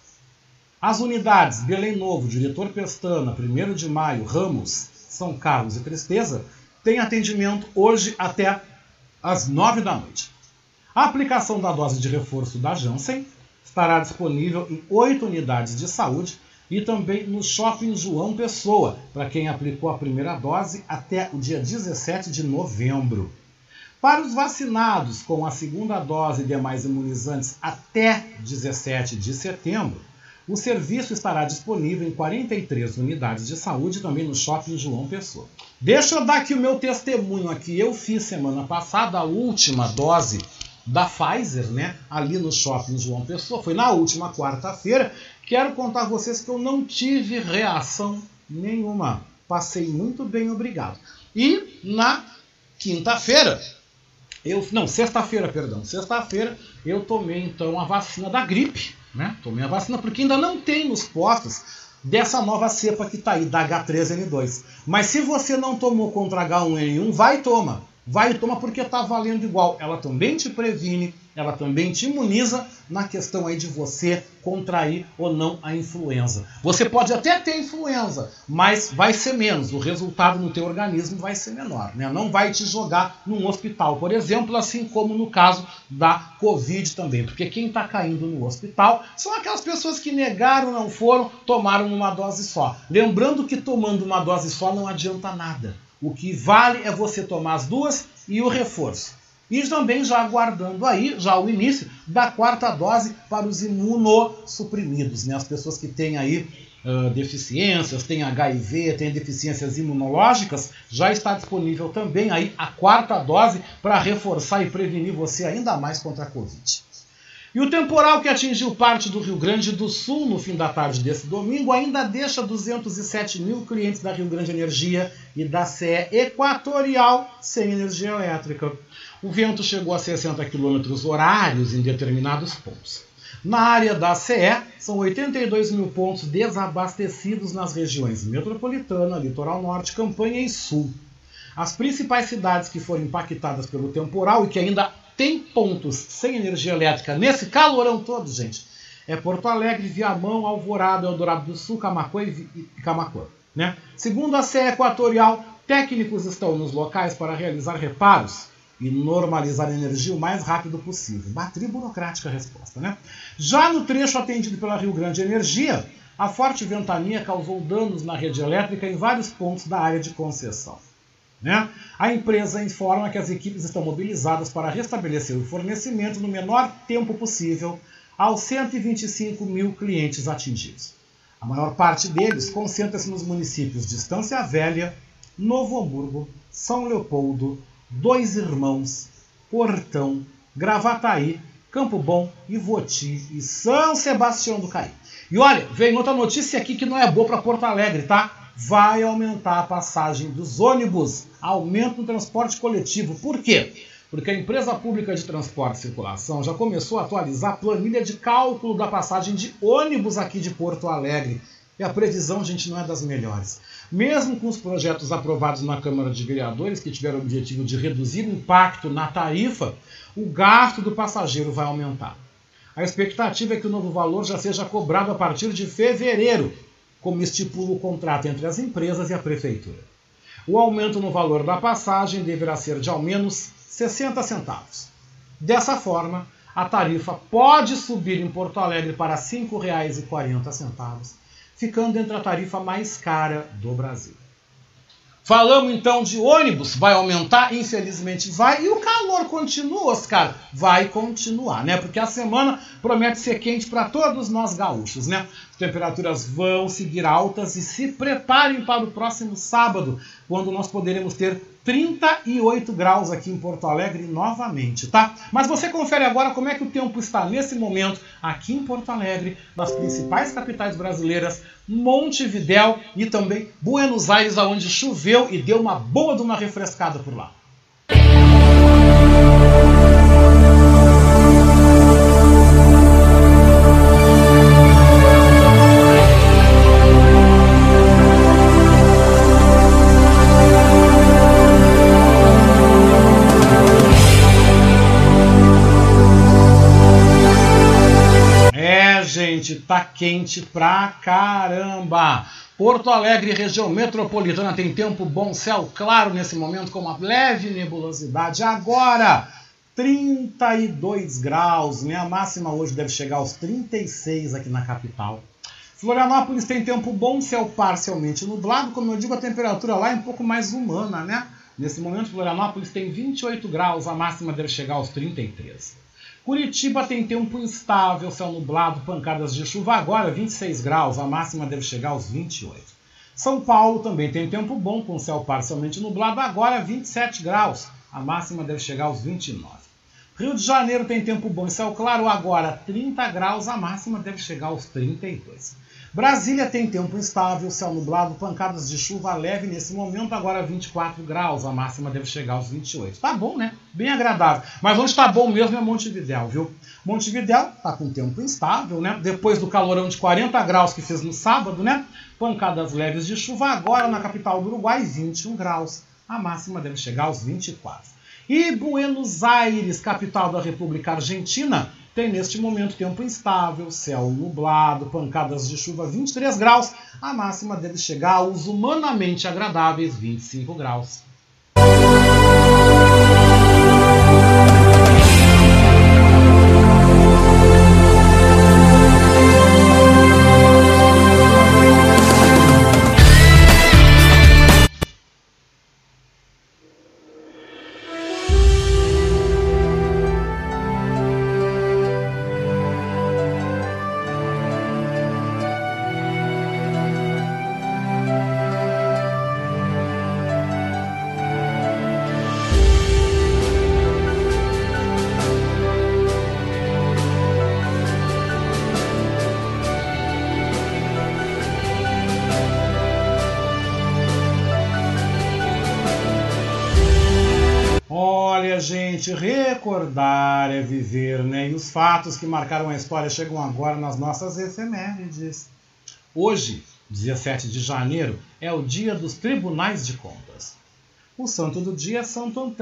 As unidades Belém Novo, Diretor Pestana, primeiro de maio, Ramos, São Carlos e Tristeza têm atendimento hoje até às nove da noite. A aplicação da dose de reforço da Janssen estará disponível em oito unidades de saúde e também no shopping João Pessoa, para quem aplicou a primeira dose até o dia dezessete de novembro. Para os vacinados com a segunda dose e demais imunizantes até dezessete de setembro, o serviço estará disponível em quarenta e três unidades de saúde e também no shopping João Pessoa. Deixa eu dar aqui o meu testemunho aqui. Eu fiz semana passada a última dose da Pfizer, né, ali no shopping João Pessoa. Foi na última quarta-feira. Quero contar a vocês que eu não tive reação nenhuma. Passei muito bem, obrigado. E na quinta-feira, eu, não, sexta-feira, perdão, sexta-feira eu tomei então a vacina da gripe, né? Tomei a vacina porque ainda não tem nos postos dessa nova cepa que está aí, da H três N dois. Mas se você não tomou contra H um N um, vai e toma. Vai e toma porque está valendo igual. Ela também te previne, ela também te imuniza na questão aí de você contrair ou não a influenza. Você pode até ter influenza, mas vai ser menos. O resultado no teu organismo vai ser menor, né? Não vai te jogar num hospital, por exemplo, assim como no caso da Covid também. Porque quem está caindo no hospital são aquelas pessoas que negaram, não foram, tomaram uma dose só. Lembrando que tomando uma dose só não adianta nada. O que vale é você tomar as duas e o reforço. E também já aguardando aí, já o início da quarta dose para os imunossuprimidos, né? As pessoas que têm aí uh, deficiências, têm H I V, têm deficiências imunológicas, já está disponível também aí a quarta dose para reforçar e prevenir você ainda mais contra a Covid. E o temporal que atingiu parte do Rio Grande do Sul no fim da tarde desse domingo ainda deixa duzentos e sete mil clientes da Rio Grande Energia e da C E Equatorial sem energia elétrica. O vento chegou a sessenta quilômetros horários em determinados pontos. Na área da C E, são oitenta e dois mil pontos desabastecidos nas regiões metropolitana, litoral norte, Campanha e sul. As principais cidades que foram impactadas pelo temporal e que ainda tem pontos sem energia elétrica nesse calorão todo, gente, é Porto Alegre, Viamão, Alvorada, Eldorado do Sul, Camaquã e Camaquã, né? Segundo a C E Equatorial, técnicos estão nos locais para realizar reparos e normalizar a energia o mais rápido possível. Batri burocrática a resposta, né? Já no trecho atendido pela Rio Grande Energia, a forte ventania causou danos na rede elétrica em vários pontos da área de concessão, né? A empresa informa que as equipes estão mobilizadas para restabelecer o fornecimento no menor tempo possível aos cento e vinte e cinco mil clientes atingidos. A maior parte deles concentra-se nos municípios de Estância Velha, Novo Hamburgo, São Leopoldo, Dois Irmãos, Portão, Gravataí, Campo Bom, Ivoti e São Sebastião do Caí. E olha, vem outra notícia aqui que não é boa para Porto Alegre, tá? Vai aumentar a passagem dos ônibus, aumento no transporte coletivo. Por quê? Porque a empresa pública de transporte e circulação já começou a atualizar a planilha de cálculo da passagem de ônibus aqui de Porto Alegre. E a previsão, gente, não é das melhores. Mesmo com os projetos aprovados na Câmara de Vereadores, que tiveram o objetivo de reduzir o impacto na tarifa, o gasto do passageiro vai aumentar. A expectativa é que o novo valor já seja cobrado a partir de fevereiro, como estipula o contrato entre as empresas e a Prefeitura. O aumento no valor da passagem deverá ser de ao menos sessenta centavos. Dessa forma, a tarifa pode subir em Porto Alegre para cinco reais e quarenta centavos, ficando entre a tarifa mais cara do Brasil. Falamos então de ônibus, vai aumentar? Infelizmente vai. E o calor continua, Oscar? Vai continuar, né? Porque a semana promete ser quente para todos nós gaúchos, né? As temperaturas vão seguir altas e se preparem para o próximo sábado, quando nós poderemos ter trinta e oito graus aqui em Porto Alegre novamente, tá? Mas você confere agora como é que o tempo está nesse momento aqui em Porto Alegre, nas principais capitais brasileiras, Montevidéu e também Buenos Aires, onde choveu e deu uma boa de uma refrescada por lá. Gente, tá quente pra caramba. Porto Alegre, região metropolitana, tem tempo bom, céu claro nesse momento, com uma leve nebulosidade. Agora, trinta e dois graus, né? A máxima hoje deve chegar aos trinta e seis aqui na capital. Florianópolis tem tempo bom, céu parcialmente nublado. Como eu digo, a temperatura lá é um pouco mais humana, né? Nesse momento, Florianópolis tem vinte e oito graus, a máxima deve chegar aos trinta e três. Curitiba tem tempo instável, céu nublado, pancadas de chuva agora, vinte e seis graus, a máxima deve chegar aos vinte e oito. São Paulo também tem tempo bom, com céu parcialmente nublado, agora vinte e sete graus, a máxima deve chegar aos vinte e nove. Rio de Janeiro tem tempo bom e céu claro, agora trinta graus, a máxima deve chegar aos trinta e dois. Brasília tem tempo instável, céu nublado, pancadas de chuva leve nesse momento, agora vinte e quatro graus, a máxima deve chegar aos vinte e oito. Tá bom, né? Bem agradável. Mas onde está bom mesmo é Montevidéu, viu? Montevidéu tá com tempo instável, né? Depois do calorão de quarenta graus que fez no sábado, né? Pancadas leves de chuva agora na capital do Uruguai, vinte e um graus, a máxima deve chegar aos vinte e quatro. E Buenos Aires, capital da República Argentina, tem neste momento tempo instável, céu nublado, pancadas de chuva vinte e três graus, a máxima deve chegar aos humanamente agradáveis vinte e cinco graus. Gente, recordar é viver, né? E os fatos que marcaram a história chegam agora nas nossas efemérides. Hoje, dezessete de janeiro, é o dia dos Tribunais de Contas. O santo do dia é Santo Antão,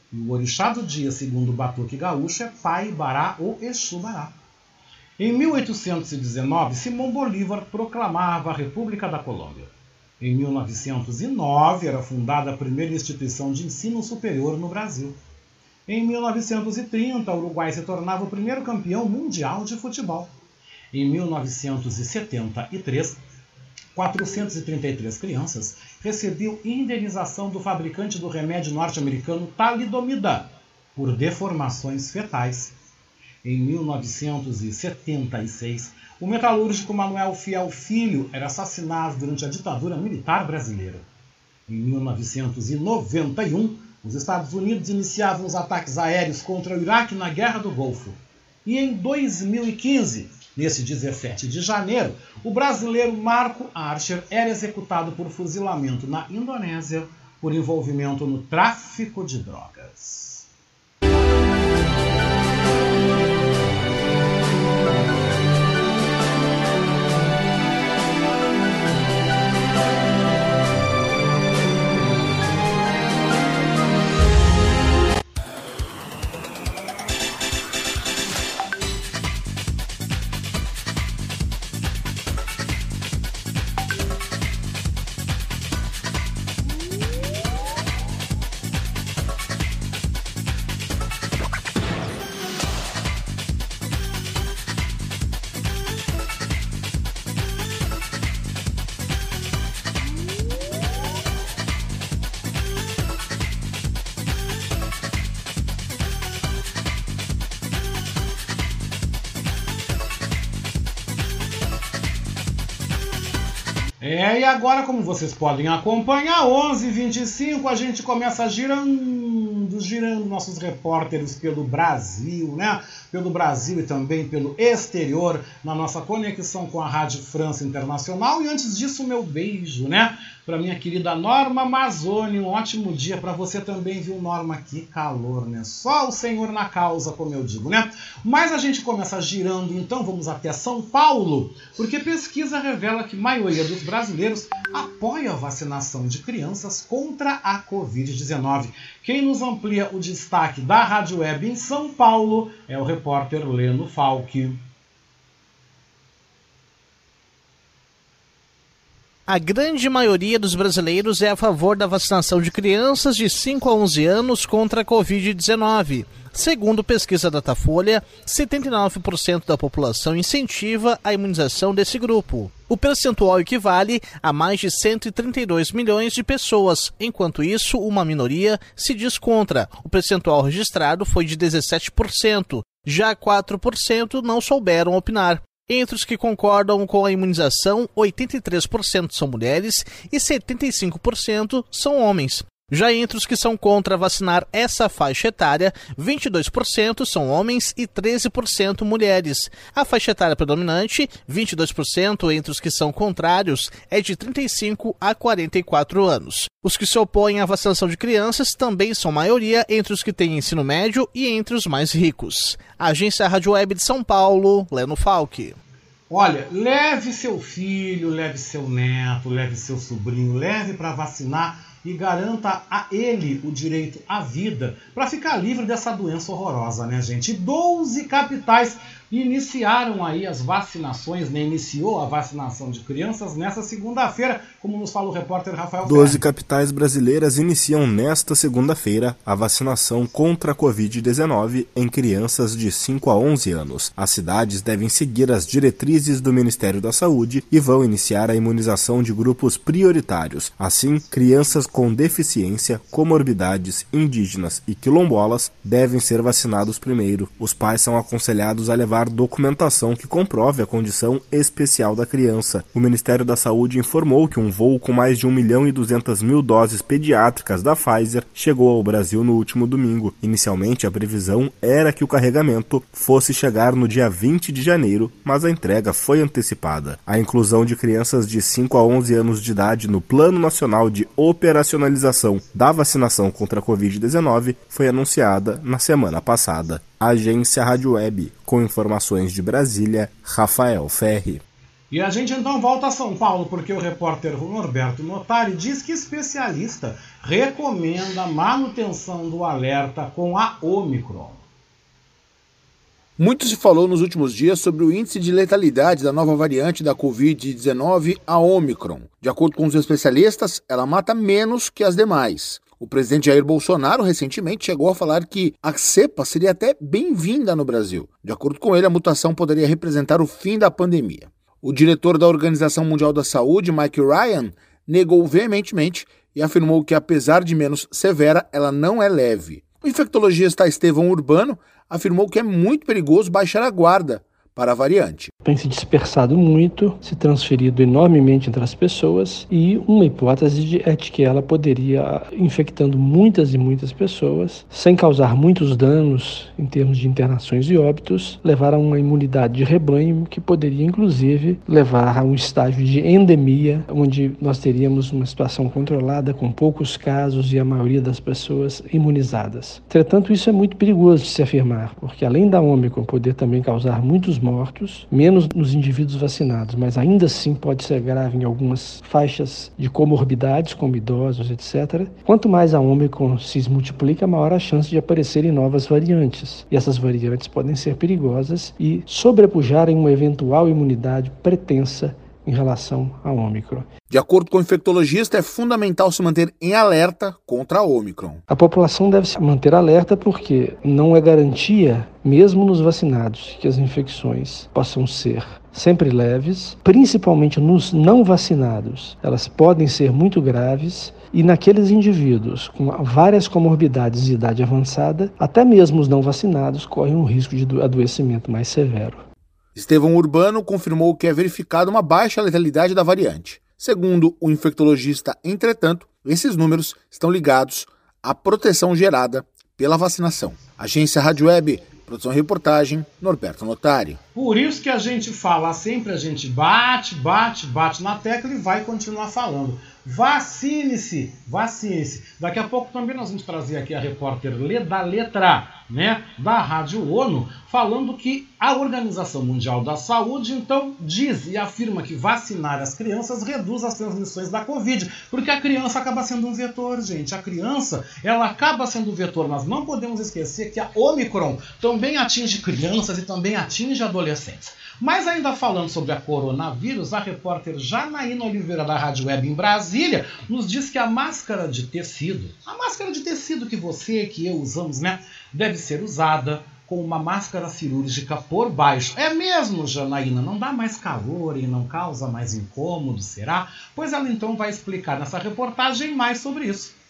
E o orixá do dia, segundo o Batuque Gaúcho, é Pai Bará ou Exu Bará. Em mil oitocentos e dezenove, Simão Bolívar proclamava a República da Colômbia. Em mil novecentos e nove, era fundada a primeira instituição de ensino superior no Brasil. Em mil novecentos e trinta, o Uruguai se tornava o primeiro campeão mundial de futebol. Em mil novecentos e setenta e três, quatrocentas e trinta e três crianças recebiam indenização do fabricante do remédio norte-americano Talidomida por deformações fetais. Em mil novecentos e setenta e seis, o metalúrgico Manuel Fiel Filho era assassinado durante a ditadura militar brasileira. Em mil novecentos e noventa e um, os Estados Unidos iniciavam os ataques aéreos contra o Iraque na Guerra do Golfo. E em dois mil e quinze, nesse dezessete de janeiro, o brasileiro Marco Archer era executado por fuzilamento na Indonésia por envolvimento no tráfico de drogas. É, e agora, como vocês podem acompanhar, onze e vinte e cinco, a gente começa girando, girando nossos repórteres pelo Brasil, né? Pelo Brasil e também pelo exterior, na nossa conexão com a Rádio França Internacional. E antes disso, meu beijo, né? Para minha querida Norma Mazzoni, um ótimo dia para você também, viu, Norma? Que calor, né? Só o Senhor na causa, como eu digo, né? Mas a gente começa girando, então, vamos até São Paulo, porque pesquisa revela que a maioria dos brasileiros apoia a vacinação de crianças contra a covid dezenove. Quem nos amplia o destaque da Rádio Web em São Paulo é o repórter Leno Falck. A grande maioria dos brasileiros é a favor da vacinação de crianças de cinco a onze anos contra a covid dezenove. Segundo pesquisa Datafolha, setenta e nove por cento da população incentiva a imunização desse grupo. O percentual equivale a mais de cento e trinta e dois milhões de pessoas. Enquanto isso, uma minoria se diz contra. O percentual registrado foi de dezessete por cento. Já quatro por cento não souberam opinar. Entre os que concordam com a imunização, oitenta e três por cento são mulheres e setenta e cinco por cento são homens. Já entre os que são contra vacinar essa faixa etária, vinte e dois por cento são homens e treze por cento mulheres. A faixa etária predominante, vinte e dois por cento entre os que são contrários, é de trinta e cinco a quarenta e quatro anos. Os que se opõem à vacinação de crianças também são maioria entre os que têm ensino médio e entre os mais ricos. Agência Rádio Web de São Paulo, Leno Falck. Olha, leve seu filho, leve seu neto, leve seu sobrinho, leve para vacinar e garanta a ele o direito à vida para ficar livre dessa doença horrorosa, né, gente? doze capitais iniciaram aí as vacinações, né? Iniciou a vacinação de crianças nessa segunda-feira, como nos fala o repórter Rafael Ferri. doze capitais brasileiras iniciam nesta segunda-feira a vacinação contra a covid dezenove em crianças de cinco a onze anos. As cidades devem seguir as diretrizes do Ministério da Saúde e vão iniciar a imunização de grupos prioritários. Assim, crianças com deficiência, comorbidades, indígenas e quilombolas devem ser vacinados primeiro. Os pais são aconselhados a levar documentação que comprove a condição especial da criança. O Ministério da Saúde informou que um voo com mais de um milhão e duzentas mil doses pediátricas da Pfizer chegou ao Brasil no último domingo. Inicialmente, a previsão era que o carregamento fosse chegar no dia vinte de janeiro, mas a entrega foi antecipada. A inclusão de crianças de cinco a onze anos de idade no Plano Nacional de Operacionalização da Vacinação contra a covid dezenove foi anunciada na semana passada. Agência Rádio Web, com informações de Brasília, Rafael Ferri. E a gente então volta a São Paulo, porque o repórter Norberto Notari diz que especialista recomenda a manutenção do alerta com a Omicron. Muito se falou nos últimos dias sobre o índice de letalidade da nova variante da covid dezenove, a Omicron. De acordo com os especialistas, ela mata menos que as demais. O presidente Jair Bolsonaro recentemente chegou a falar que a cepa seria até bem-vinda no Brasil. De acordo com ele, a mutação poderia representar o fim da pandemia. O diretor da Organização Mundial da Saúde, Mike Ryan, negou veementemente e afirmou que, apesar de menos severa, ela não é leve. O infectologista Estevão Urbano afirmou que é muito perigoso baixar a guarda para a variante. Tem se dispersado muito, se transferido enormemente entre as pessoas e uma hipótese é de que ela poderia, infectando muitas e muitas pessoas, sem causar muitos danos em termos de internações e óbitos, levar a uma imunidade de rebanho que poderia, inclusive, levar a um estágio de endemia, onde nós teríamos uma situação controlada com poucos casos e a maioria das pessoas imunizadas. Entretanto, isso é muito perigoso de se afirmar, porque além da Ômicron poder também causar muitos mortos, menos nos indivíduos vacinados, mas ainda assim pode ser grave em algumas faixas de comorbidades, como idosos, etcétera. Quanto mais a Ômicron se multiplica, maior a chance de aparecerem novas variantes. E essas variantes podem ser perigosas e sobrepujarem uma eventual imunidade pretensa em relação à Ômicron. De acordo com o infectologista, é fundamental se manter em alerta contra a Ômicron. A população deve se manter alerta porque não é garantia, mesmo nos vacinados, que as infecções possam ser sempre leves, principalmente nos não vacinados. Elas podem ser muito graves e naqueles indivíduos com várias comorbidades de idade avançada, até mesmo os não vacinados correm um risco de adoecimento mais severo. Estevão Urbano confirmou que é verificada uma baixa letalidade da variante. Segundo o infectologista, entretanto, esses números estão ligados à proteção gerada pela vacinação. Agência Rádio Web, produção e reportagem, Norberto Notari. Por isso que a gente fala sempre, a gente bate, bate, bate na tecla e vai continuar falando. Vacine-se, vacine-se. Daqui a pouco também nós vamos trazer aqui a repórter da letra, né, da Rádio ONU, falando que a Organização Mundial da Saúde, então, diz e afirma que vacinar as crianças reduz as transmissões da Covid, porque a criança acaba sendo um vetor, gente. A criança, ela acaba sendo um vetor, mas não podemos esquecer que a Omicron também atinge crianças e também atinge adolescentes. Mas ainda falando sobre a coronavírus, a repórter Janaína Oliveira da Rádio Web em Brasília nos diz que a máscara de tecido, a máscara de tecido que você, que eu usamos, né, deve ser usada com uma máscara cirúrgica por baixo. É mesmo, Janaína? Não dá mais calor e não causa mais incômodo, será? Pois ela então vai explicar nessa reportagem mais sobre isso.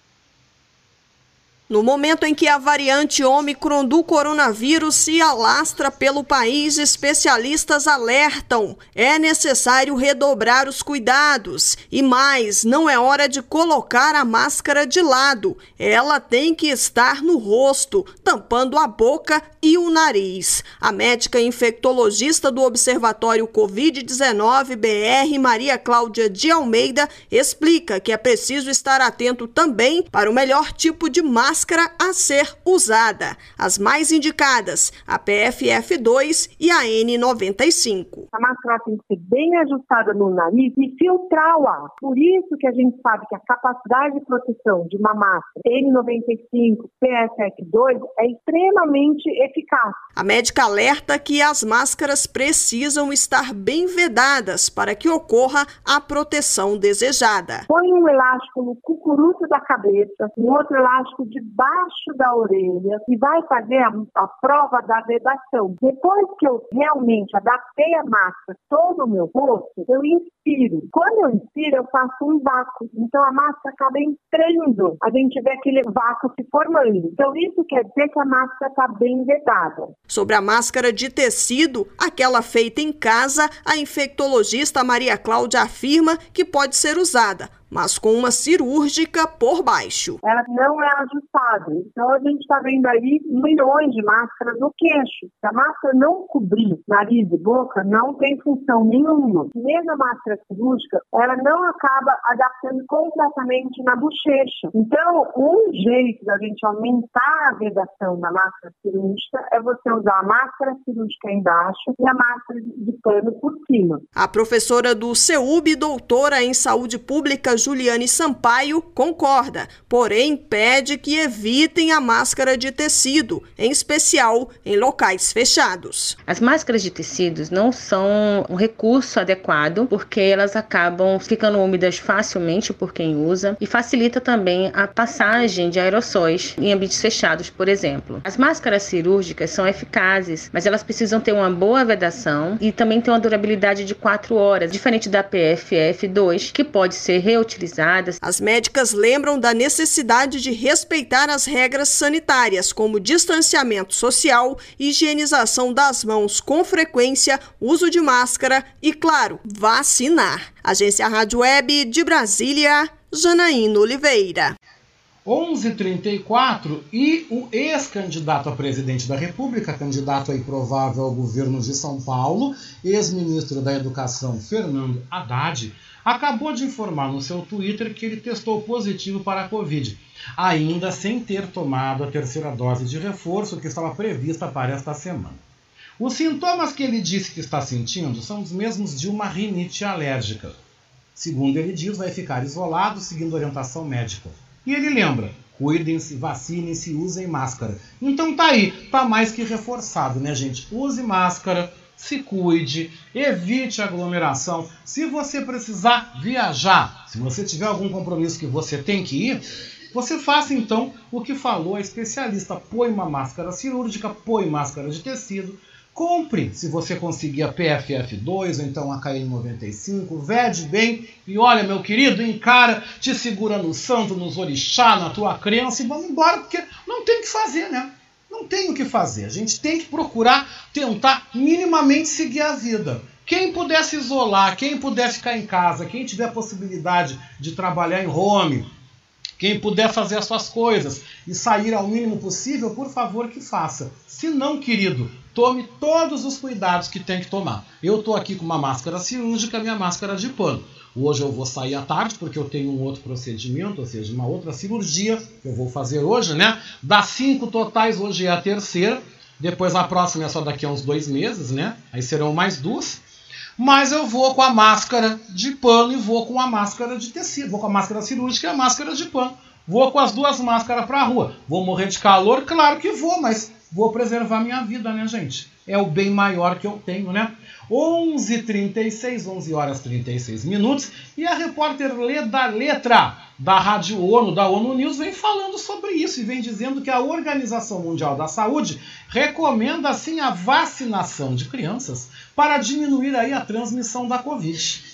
No momento em que a variante Ômicron do coronavírus se alastra pelo país, especialistas alertam: é necessário redobrar os cuidados. E mais, não é hora de colocar a máscara de lado. Ela tem que estar no rosto, tampando a boca e o nariz. A médica infectologista do Observatório covid dezenove B R, Maria Cláudia de Almeida, explica que é preciso estar atento também para o melhor tipo de máscara a ser usada. As mais indicadas, a P F F dois e a N noventa e cinco. A máscara tem que ser bem ajustada no nariz e filtrar o ar. Por isso que a gente sabe que a capacidade de proteção de uma máscara N noventa e cinco, P F F dois é extremamente eficaz. A médica alerta que as máscaras precisam estar bem vedadas para que ocorra a proteção desejada. Põe um elástico no cucuruto da cabeça, um outro elástico debaixo da orelha e vai fazer a, a prova da vedação. Depois que eu realmente adaptei a máscara todo o meu rosto, eu inspiro. Quando eu inspiro, eu faço um vácuo. Então a máscara acaba entrando. A gente vê aquele vácuo se formando. Então isso quer dizer que a máscara está bem vedada. Sobre a máscara de tecido, aquela feita em casa, a infectologista Maria Cláudia afirma que pode ser usada, mas com uma cirúrgica por baixo. Ela não é ajustada. Então a gente está vendo aí milhões de máscaras no queixo. Se a máscara não cobrir nariz e boca, não tem função nenhuma. Mesmo a máscara cirúrgica, ela não acaba adaptando completamente na bochecha. Então, um jeito da gente aumentar a vedação da máscara cirúrgica é você usar a máscara cirúrgica embaixo e a máscara de pano por cima. A professora do C E U B, doutora em saúde pública, Juliane Sampaio, concorda, porém pede que evitem a máscara de tecido, em especial em locais fechados. As máscaras de tecidos não são um recurso adequado porque elas acabam ficando úmidas facilmente por quem usa e facilita também a passagem de aerossóis em ambientes fechados, por exemplo. As máscaras cirúrgicas são eficazes, mas elas precisam ter uma boa vedação e também ter uma durabilidade de quatro horas, diferente da P F F dois, que pode ser reutilizada. As médicas lembram da necessidade de respeitar as regras sanitárias, como distanciamento social, higienização das mãos com frequência, uso de máscara e, claro, vacinar. Agência Rádio Web de Brasília, Janaína Oliveira. onze e trinta e quatro e o ex-candidato a presidente da República, candidato aí provável ao governo de São Paulo, ex-ministro da Educação Fernando Haddad, acabou de informar no seu Twitter que ele testou positivo para a Covid, ainda sem ter tomado a terceira dose de reforço que estava prevista para esta semana. Os sintomas que ele disse que está sentindo são os mesmos de uma rinite alérgica. Segundo ele diz, vai ficar isolado seguindo orientação médica. E ele lembra, cuidem-se, vacinem-se, usem máscara. Então tá aí, tá mais que reforçado, né, gente? Use máscara, se cuide, evite aglomeração. Se você precisar viajar, se você tiver algum compromisso que você tem que ir, você faça então o que falou a especialista. Põe uma máscara cirúrgica, põe máscara de tecido, compre, se você conseguir, a P F F dois ou então a K N noventa e cinco, vede bem e olha, meu querido, encara, te segura no santo, nos orixá, na tua crença e vamos embora, porque não tem o que fazer, né? Não tem o que fazer. A gente tem que procurar tentar minimamente seguir a vida. Quem puder se isolar, quem puder ficar em casa, quem tiver a possibilidade de trabalhar em home, quem puder fazer as suas coisas e sair ao mínimo possível, por favor que faça. Se não, querido, tome todos os cuidados que tem que tomar. Eu estou aqui com uma máscara cirúrgica, minha máscara de pano. Hoje eu vou sair à tarde porque eu tenho um outro procedimento, ou seja, uma outra cirurgia que eu vou fazer hoje, né? Das cinco totais, hoje é a terceira. Depois a próxima é só daqui a uns dois meses, né? Aí serão mais duas. Mas eu vou com a máscara de pano e vou com a máscara de tecido. Vou com a máscara cirúrgica e a máscara de pano. Vou com as duas máscaras para a rua. Vou morrer de calor? Claro que vou, mas vou preservar minha vida, né, gente? É o bem maior que eu tenho, né? onze e trinta e seis, onze horas e trinta e seis minutos. E a repórter Leda Letra, da Rádio ONU, da ONU News, vem falando sobre isso e vem dizendo que a Organização Mundial da Saúde recomenda, assim, a vacinação de crianças para diminuir aí a transmissão da Covid.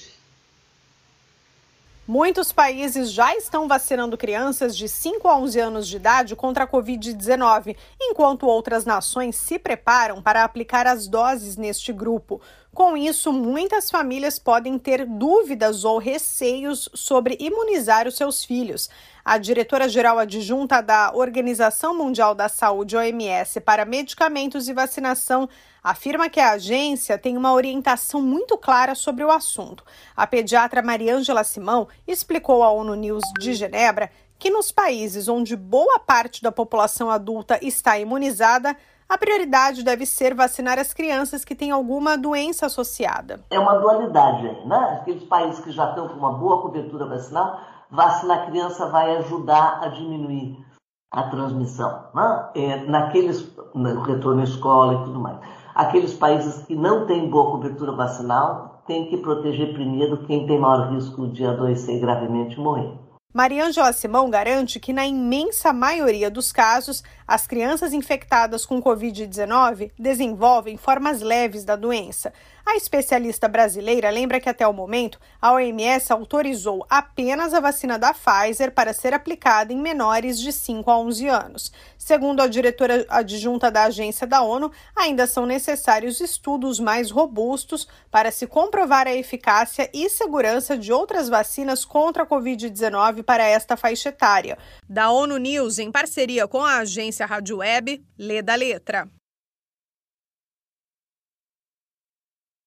Muitos países já estão vacinando crianças de cinco a onze anos de idade contra a covid dezenove, enquanto outras nações se preparam para aplicar as doses neste grupo. Com isso, muitas famílias podem ter dúvidas ou receios sobre imunizar os seus filhos. A diretora-geral adjunta da Organização Mundial da Saúde, O M S, para medicamentos e vacinação, afirma que a agência tem uma orientação muito clara sobre o assunto. A pediatra Mariângela Simão explicou à ONU News de Genebra que nos países onde boa parte da população adulta está imunizada, a prioridade deve ser vacinar as crianças que têm alguma doença associada. É uma dualidade aí, né? Aqueles países que já estão com uma boa cobertura vacinal, vacinar a criança vai ajudar a diminuir a transmissão, né? É, naqueles, no retorno à escola e tudo mais. Aqueles países que não têm boa cobertura vacinal têm que proteger primeiro quem tem maior risco de adoecer gravemente e morrer. Mariângela Simão garante que, na imensa maioria dos casos, as crianças infectadas com covid dezenove desenvolvem formas leves da doença. A especialista brasileira lembra que, até o momento, a O M S autorizou apenas a vacina da Pfizer para ser aplicada em menores de cinco a onze anos. Segundo a diretora adjunta da agência da ONU, ainda são necessários estudos mais robustos para se comprovar a eficácia e segurança de outras vacinas contra a covid dezenove para esta faixa etária. Da ONU News, em parceria com a agência Rádio Web, Leda Letra.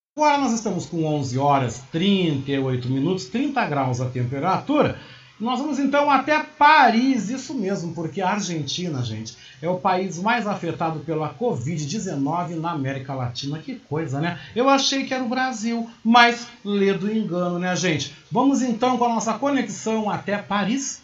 Agora nós estamos com onze horas e trinta e oito minutos, trinta graus a temperatura. Nós vamos então até Paris, isso mesmo, porque a Argentina, gente, é o país mais afetado pela covid dezenove na América Latina. Que coisa, né? Eu achei que era o Brasil, mas lê do engano, né, gente? Vamos então com a nossa conexão até Paris.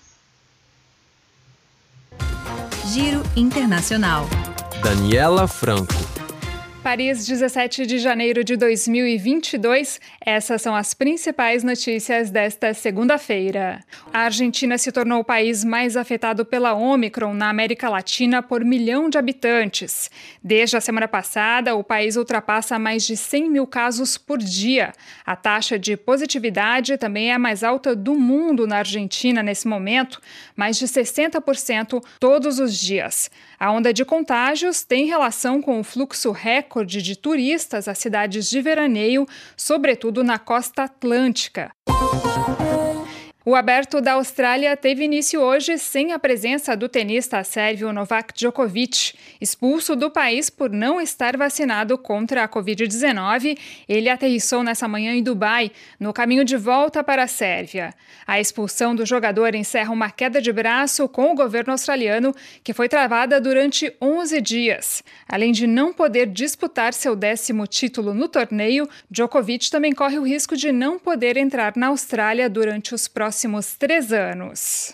Giro Internacional. Daniela Franco. Paris, dezessete de janeiro de dois mil e vinte e dois. Essas são as principais notícias desta segunda-feira. A Argentina se tornou o país mais afetado pela Ômicron na América Latina por milhão de habitantes. Desde a semana passada, o país ultrapassa mais de cem mil casos por dia. A taxa de positividade também é a mais alta do mundo na Argentina nesse momento, mais de sessenta por cento todos os dias. A onda de contágios tem relação com o fluxo recorde de turistas às cidades de veraneio, sobretudo na costa atlântica. O Aberto da Austrália teve início hoje sem a presença do tenista sérvio Novak Djokovic. Expulso do país por não estar vacinado contra a covid dezenove, ele aterrissou nessa manhã em Dubai, no caminho de volta para a Sérvia. A expulsão do jogador encerra uma queda de braço com o governo australiano, que foi travada durante onze dias. Além de não poder disputar seu décimo título no torneio, Djokovic também corre o risco de não poder entrar na Austrália durante os próximos próximos três anos.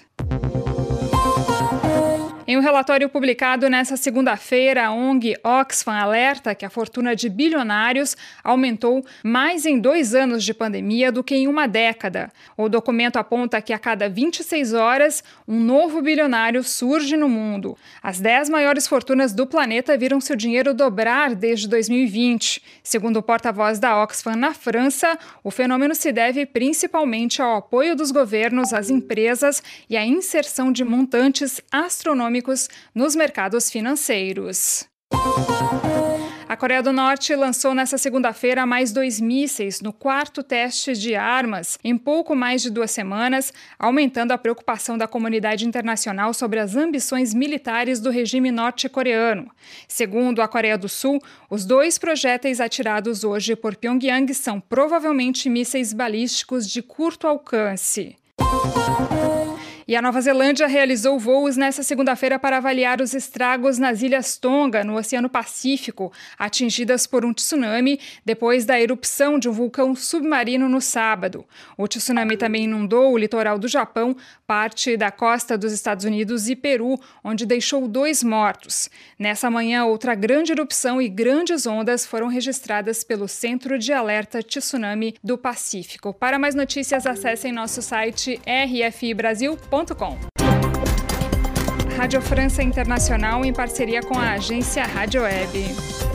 Em um relatório publicado nesta segunda-feira, a ONG Oxfam alerta que a fortuna de bilionários aumentou mais em dois anos de pandemia do que em uma década. O documento aponta que a cada vinte e seis horas, um novo bilionário surge no mundo. As dez maiores fortunas do planeta viram seu dinheiro dobrar desde dois mil e vinte. Segundo o porta-voz da Oxfam na França, o fenômeno se deve principalmente ao apoio dos governos às empresas e à inserção de montantes astronômicos nos mercados financeiros. A Coreia do Norte lançou nesta segunda-feira mais dois mísseis no quarto teste de armas em pouco mais de duas semanas, aumentando a preocupação da comunidade internacional sobre as ambições militares do regime norte-coreano. Segundo a Coreia do Sul, os dois projéteis atirados hoje por Pyongyang são provavelmente mísseis balísticos de curto alcance. E a Nova Zelândia realizou voos nesta segunda-feira para avaliar os estragos nas Ilhas Tonga, no Oceano Pacífico, atingidas por um tsunami depois da erupção de um vulcão submarino no sábado. O tsunami também inundou o litoral do Japão, parte da costa dos Estados Unidos e Peru, onde deixou dois mortos. Nessa manhã, outra grande erupção e grandes ondas foram registradas pelo Centro de Alerta Tsunami do Pacífico. Para mais notícias, acessem nosso site r f i brasil ponto com. Rádio França Internacional em parceria com a agência Rádio Web.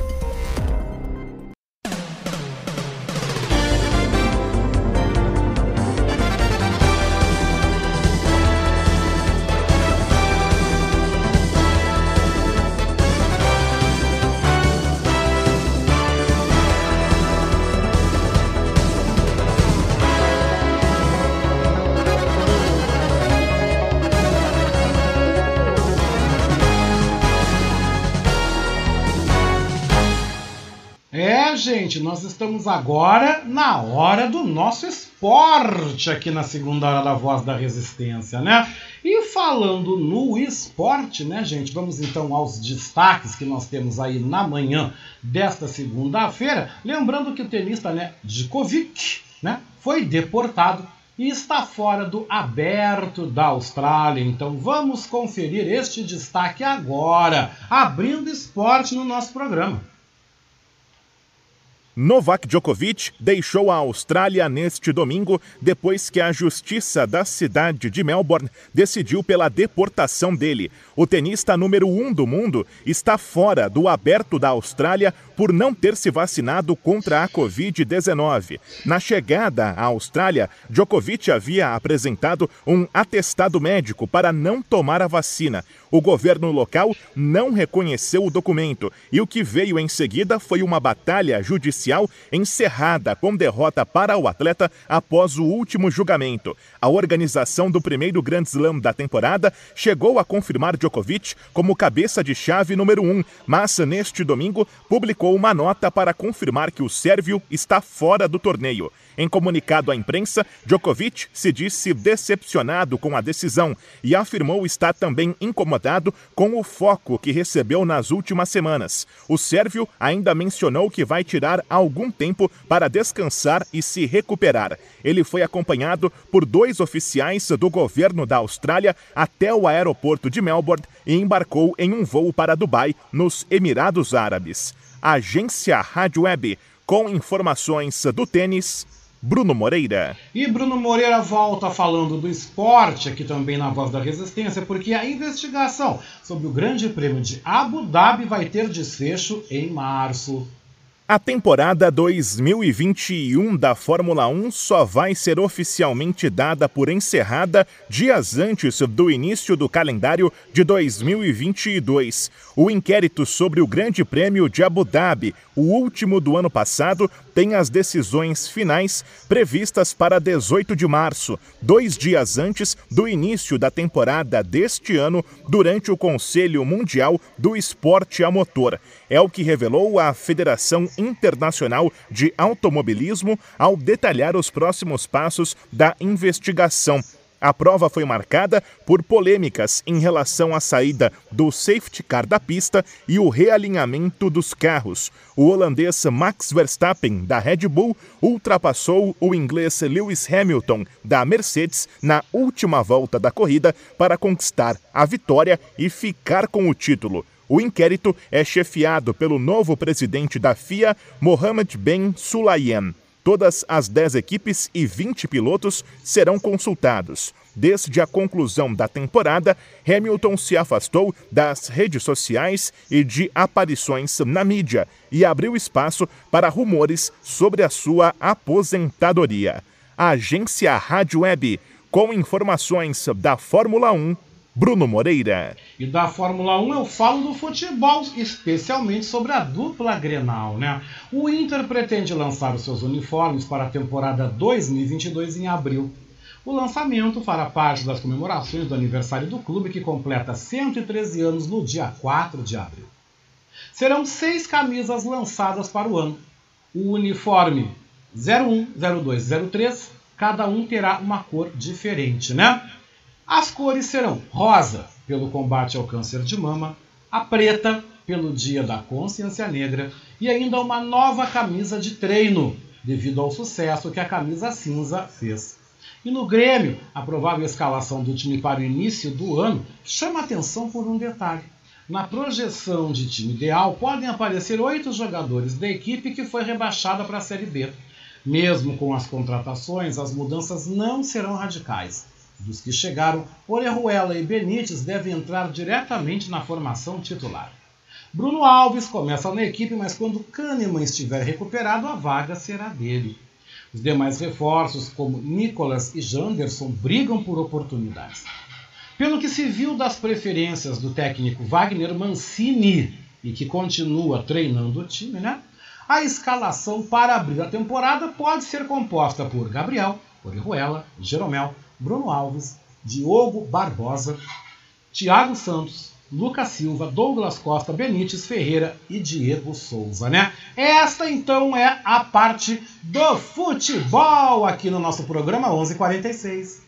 É, gente, nós estamos agora na hora do nosso esporte aqui na segunda hora da Voz da Resistência, né? E falando no esporte, né, gente, vamos então aos destaques que nós temos aí na manhã desta segunda-feira. Lembrando que o tenista, né, Djokovic, né, foi deportado e está fora do Aberto da Austrália. Então vamos conferir este destaque agora, abrindo esporte no nosso programa. Novak Djokovic deixou a Austrália neste domingo depois que a justiça da cidade de Melbourne decidiu pela deportação dele. O tenista número um do mundo está fora do Aberto da Austrália por não ter se vacinado contra a covid dezenove. Na chegada à Austrália, Djokovic havia apresentado um atestado médico para não tomar a vacina. O governo local não reconheceu o documento e o que veio em seguida foi uma batalha judicial inicial encerrada com derrota para o atleta após o último julgamento. A organização do primeiro Grand Slam da temporada chegou a confirmar Djokovic como cabeça de chave número um, mas neste domingo publicou uma nota para confirmar que o sérvio está fora do torneio. Em comunicado à imprensa, Djokovic se disse decepcionado com a decisão e afirmou estar também incomodado com o foco que recebeu nas últimas semanas. O sérvio ainda mencionou que vai tirar algum tempo para descansar e se recuperar. Ele foi acompanhado por dois oficiais do governo da Austrália até o aeroporto de Melbourne e embarcou em um voo para Dubai, nos Emirados Árabes. Agência Rádio Web, com informações do tênis, Bruno Moreira. E Bruno Moreira volta falando do esporte aqui também na Voz da Resistência, porque a investigação sobre o Grande Prêmio de Abu Dhabi vai ter desfecho em março. A temporada dois mil e vinte e um da Fórmula um só vai ser oficialmente dada por encerrada dias antes do início do calendário de dois mil e vinte e dois. O inquérito sobre o Grande Prêmio de Abu Dhabi, o último do ano passado, tem as decisões finais previstas para dezoito de março, dois dias antes do início da temporada deste ano, durante o Conselho Mundial do Esporte a Motor. É o que revelou a Federação Internacional de Automobilismo ao detalhar os próximos passos da investigação. A prova foi marcada por polêmicas em relação à saída do safety car da pista e o realinhamento dos carros. O holandês Max Verstappen, da Red Bull, ultrapassou o inglês Lewis Hamilton, da Mercedes, na última volta da corrida para conquistar a vitória e ficar com o título. O inquérito é chefiado pelo novo presidente da F I A, Mohammed Ben Sulayem. Todas as dez equipes e vinte pilotos serão consultados. Desde a conclusão da temporada, Hamilton se afastou das redes sociais e de aparições na mídia e abriu espaço para rumores sobre a sua aposentadoria. A Agência Rádio Web, com informações da Fórmula um, Bruno Moreira. E da Fórmula um eu falo do futebol, especialmente sobre a dupla Grenal, né? O Inter pretende lançar os seus uniformes para a temporada dois mil e vinte e dois em abril. O lançamento fará parte das comemorações do aniversário do clube, que completa cento e treze anos no dia quatro de abril. Serão seis camisas lançadas para o ano. O uniforme zero um, zero dois, zero três, cada um terá uma cor diferente, né? As cores serão rosa, pelo combate ao câncer de mama, a preta, pelo Dia da Consciência Negra, e ainda uma nova camisa de treino, devido ao sucesso que a camisa cinza fez. E no Grêmio, a provável escalação do time para o início do ano chama atenção por um detalhe. Na projeção de time ideal, podem aparecer oito jogadores da equipe que foi rebaixada para a Série B. Mesmo com as contratações, as mudanças não serão radicais. Dos que chegaram, Orejuela e Benítez devem entrar diretamente na formação titular. Bruno Alves começa na equipe, mas quando Kahneman estiver recuperado, a vaga será dele. Os demais reforços, como Nicolas e Janderson, brigam por oportunidades. Pelo que se viu das preferências do técnico Wagner Mancini, e que continua treinando o time, né? A escalação para abrir a temporada pode ser composta por Gabriel, Orejuela, Jeromel, Bruno Alves, Diogo Barbosa, Thiago Santos, Lucas Silva, Douglas Costa, Benítez Ferreira e Diego Souza, né? Esta então é a parte do futebol aqui no nosso programa onze e quarenta e seis.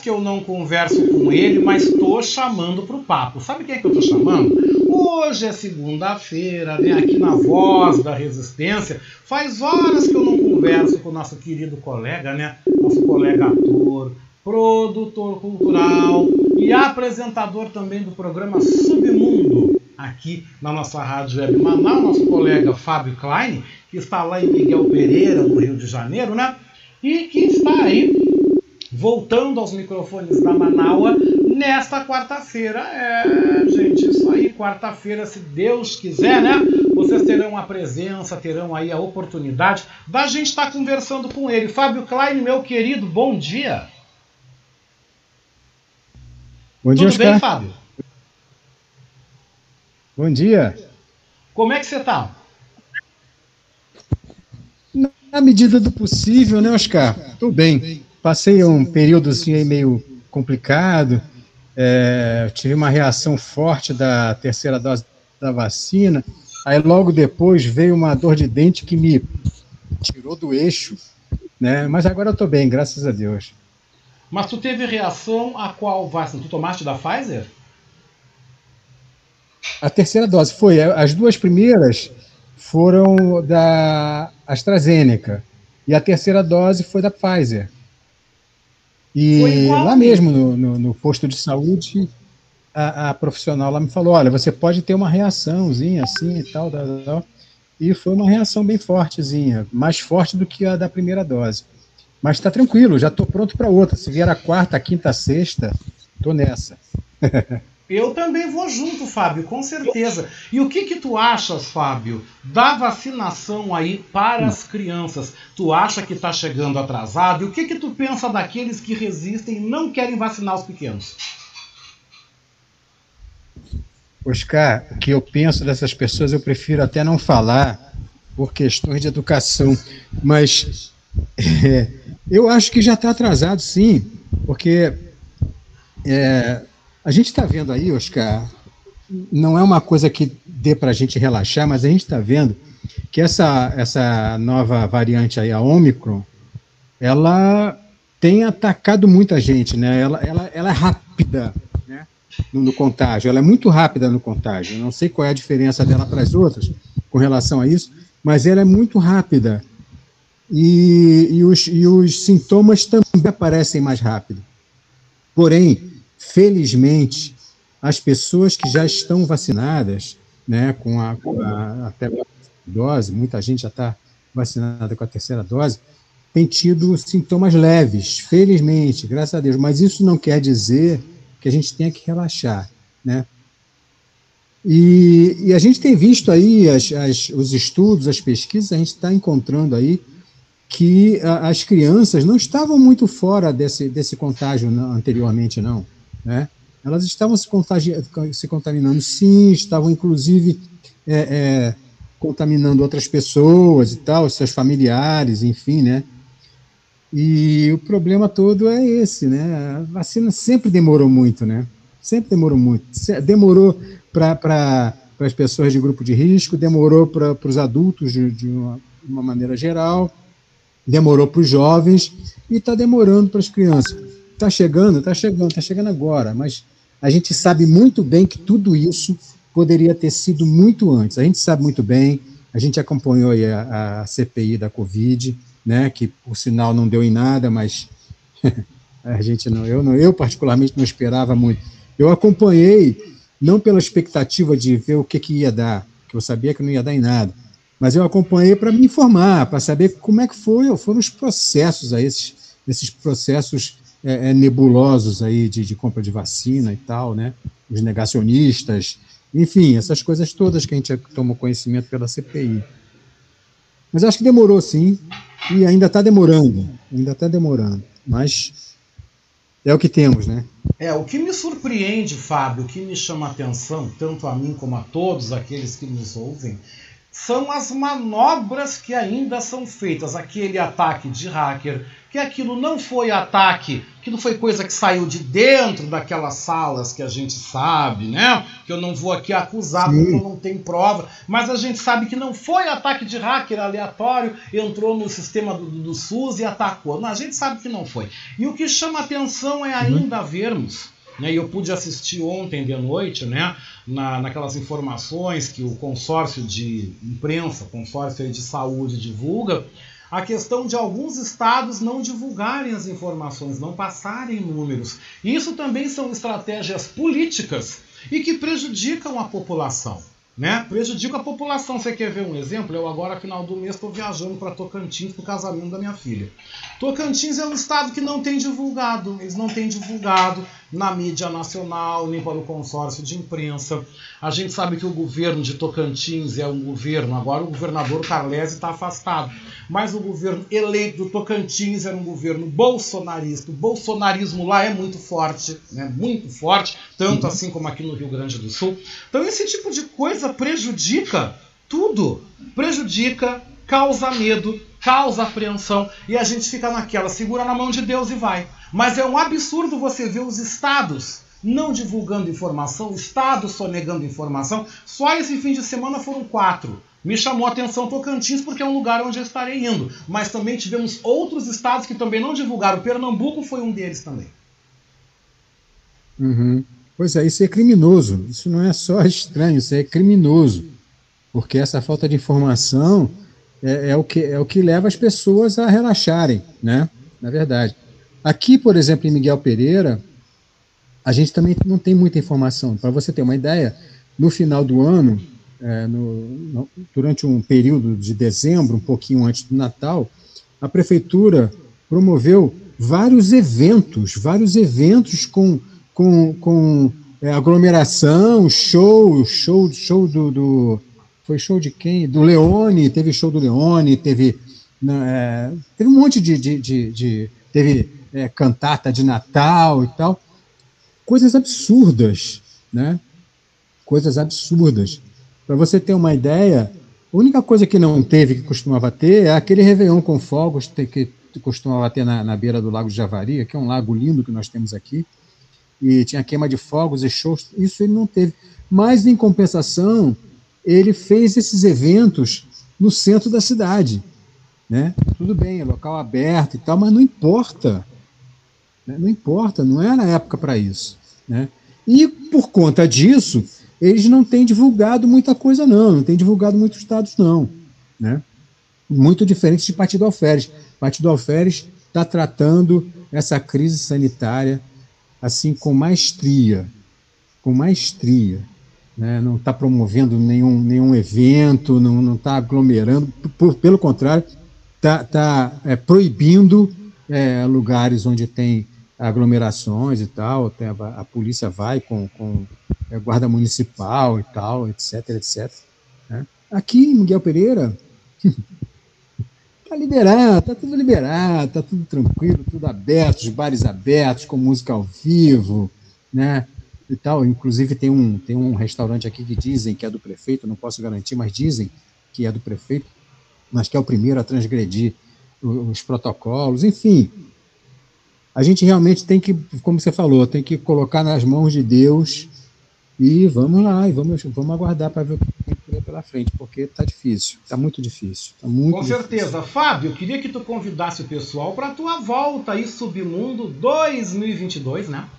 que eu não converso com ele, mas estou chamando para o papo. Sabe quem é que eu estou chamando? Hoje é segunda-feira, né? Aqui na Voz da Resistência. Faz horas que eu não converso com o nosso querido colega, né? Nosso colega ator, produtor cultural e apresentador também do programa Submundo, aqui na nossa Rádio Web Manaus, nosso colega Fábio Klein, que está lá em Miguel Pereira, no Rio de Janeiro, né? E que está aí voltando aos microfones da Manaua nesta quarta-feira. É, gente, isso aí, quarta-feira, se Deus quiser, né? Vocês terão a presença, terão aí a oportunidade da gente estar conversando com ele. Fábio Klein, meu querido, bom dia. Bom dia, Tudo Oscar. bem, Fábio? Bom dia. Como é que você está? Na medida do possível, né, Oscar? Estou bem. Passei um período assim, aí meio complicado, é, tive uma reação forte da terceira dose da vacina, aí logo depois veio uma dor de dente que me tirou do eixo, né? Mas agora eu estou bem, graças a Deus. Mas tu teve reação a qual vacina? Tu tomaste da Pfizer? A terceira dose foi, as duas primeiras foram da AstraZeneca e a terceira dose foi da Pfizer. E lá mesmo no, no, no posto de saúde, a, a profissional lá me falou, olha, você pode ter uma reaçãozinha assim e tal, tal, tal. E foi uma reação bem fortezinha, mais forte do que a da primeira dose. Mas está tranquilo, já estou pronto para outra. Se vier a quarta, a quinta, a sexta, estou nessa. Eu também vou junto, Fábio, com certeza. E o que que tu achas, Fábio, da vacinação aí para as crianças? Tu acha que está chegando atrasado? E o que que tu pensa daqueles que resistem e não querem vacinar os pequenos? Oscar, o que eu penso dessas pessoas eu prefiro até não falar por questões de educação, mas é, eu acho que já está atrasado, sim, porque é, a gente está vendo aí, Oscar, não é uma coisa que dê para a gente relaxar, mas a gente está vendo que essa, essa nova variante aí, a Omicron, ela tem atacado muita gente, né? Ela, ela, ela é rápida, né? no, no contágio, ela é muito rápida no contágio. Eu não sei qual é a diferença dela para as outras com relação a isso, mas ela é muito rápida. E, e, os, e os sintomas também aparecem mais rápido. Porém, felizmente, as pessoas que já estão vacinadas, né, com a, com a, até a dose, muita gente já está vacinada com a terceira dose, tem tido sintomas leves, felizmente, graças a Deus. Mas isso não quer dizer que a gente tenha que relaxar, né? E, e a gente tem visto aí as, as, os estudos, as pesquisas, a gente está encontrando aí que a, as crianças não estavam muito fora desse, desse contágio não, anteriormente, não, né? Elas estavam se, contagi se contaminando, sim, estavam, inclusive, é, é, contaminando outras pessoas e tal, seus familiares, enfim, né? E o problema todo é esse, né? A vacina sempre demorou muito, né? Sempre demorou muito. Demorou para pra, as pessoas de grupo de risco, demorou para os adultos de, de, uma, de uma maneira geral, demorou para os jovens e está demorando para as crianças. Está chegando, está chegando, está chegando agora, mas a gente sabe muito bem que tudo isso poderia ter sido muito antes. A gente sabe muito bem, a gente acompanhou aí a, a C P I da Covid, né, que por sinal não deu em nada, mas a gente não, eu, não, eu particularmente não esperava muito. Eu acompanhei, não pela expectativa de ver o que, que ia dar, que eu sabia que não ia dar em nada, mas eu acompanhei para me informar, para saber como é que foi, foram os processos, aí, esses, esses processos é, é, nebulosos aí de, de compra de vacina e tal, né, os negacionistas, enfim, essas coisas todas que a gente tomou conhecimento pela C P I. Mas acho que demorou, sim, e ainda está demorando, ainda está demorando, mas é o que temos, né? É, o que me surpreende, Fábio, o que me chama a atenção, tanto a mim como a todos aqueles que nos ouvem, são as manobras que ainda são feitas. Aquele ataque de hacker, que aquilo não foi ataque, que que não foi coisa que saiu de dentro daquelas salas que a gente sabe, né? Que eu não vou aqui acusar porque eu não tenho prova, mas a gente sabe que não foi ataque de hacker aleatório, entrou no sistema do, do SUS e atacou. Não, a gente sabe que não foi. E o que chama atenção é ainda vermos, né, e eu pude assistir ontem de noite, né, na, naquelas informações que o consórcio de imprensa, consórcio de saúde divulga, a questão de alguns estados não divulgarem as informações, não passarem números. Isso também são estratégias políticas e que prejudicam a população. Né? Prejudica a população. Você quer ver um exemplo? Eu agora, final do mês, estou viajando para Tocantins para o casamento da minha filha. Tocantins é um estado que não tem divulgado. Eles não têm divulgado na mídia nacional, nem para o consórcio de imprensa. A gente sabe que o governo de Tocantins é um governo, agora o governador Carlesi está afastado, mas o governo eleito do Tocantins era um governo bolsonarista. O bolsonarismo lá é muito forte, né? Muito forte, tanto assim como aqui no Rio Grande do Sul. Então esse tipo de coisa prejudica tudo, prejudica, causa medo, causa apreensão, e a gente fica naquela, segura na mão de Deus e vai. Mas é um absurdo você ver os estados não divulgando informação, estados sonegando informação. Só esse fim de semana foram quatro. Me chamou a atenção Tocantins porque é um lugar onde eu estarei indo, mas também tivemos outros estados que também não divulgaram. Pernambuco foi um deles também. Uhum. Pois é, isso é criminoso, isso não é só estranho, isso é criminoso, porque essa falta de informação é, é, o, que, é o que leva as pessoas a relaxarem, né? Na verdade. Aqui, por exemplo, em Miguel Pereira, a gente também não tem muita informação. Para você ter uma ideia, no final do ano, é, no, no, durante um período de dezembro, um pouquinho antes do Natal, a prefeitura promoveu vários eventos, vários eventos com... com, com é, aglomeração, show, show, show do, do... Foi show de quem? Do Leone, teve show do Leone, teve, é, teve um monte de... de, de, de teve é, cantata de Natal e tal. Coisas absurdas, né? Coisas absurdas. Para você ter uma ideia, a única coisa que não teve, que costumava ter, é aquele Réveillon com fogos que costumava ter na, na beira do Lago de Javari, que é um lago lindo que nós temos aqui, e tinha queima de fogos e shows, isso ele não teve. Mas, em compensação, ele fez esses eventos no centro da cidade, né? Tudo bem, é local aberto e tal, mas não importa. Né? Não importa, não era época para isso. Né? E, por conta disso, eles não têm divulgado muita coisa, não, não têm divulgado muitos dados, não. Né? Muito diferente de Partido Alferes. Partido Alferes está tratando essa crise sanitária assim, com maestria, com maestria, né? Não está promovendo nenhum, nenhum evento, não está aglomerando, por, pelo contrário, está tá, é, proibindo é, lugares onde tem aglomerações e tal, até a, a polícia vai com, com é, guarda municipal e tal, etc, etc. Né? Aqui em Miguel Pereira, está liberado, está tudo liberado, está tudo tranquilo, tudo aberto, os bares abertos, com música ao vivo, né, e tal. Inclusive tem um, tem um restaurante aqui que dizem que é do prefeito, não posso garantir, mas dizem que é do prefeito, mas que é o primeiro a transgredir os protocolos, enfim. A gente realmente tem que, como você falou, tem que colocar nas mãos de Deus e vamos lá, e vamos, vamos aguardar para ver o que tem por aí pela frente, porque está difícil, está muito difícil. Tá muito Com difícil. certeza. Fábio, eu queria que tu convidasse o pessoal para a tua volta aí, Submundo dois mil e vinte e dois, né?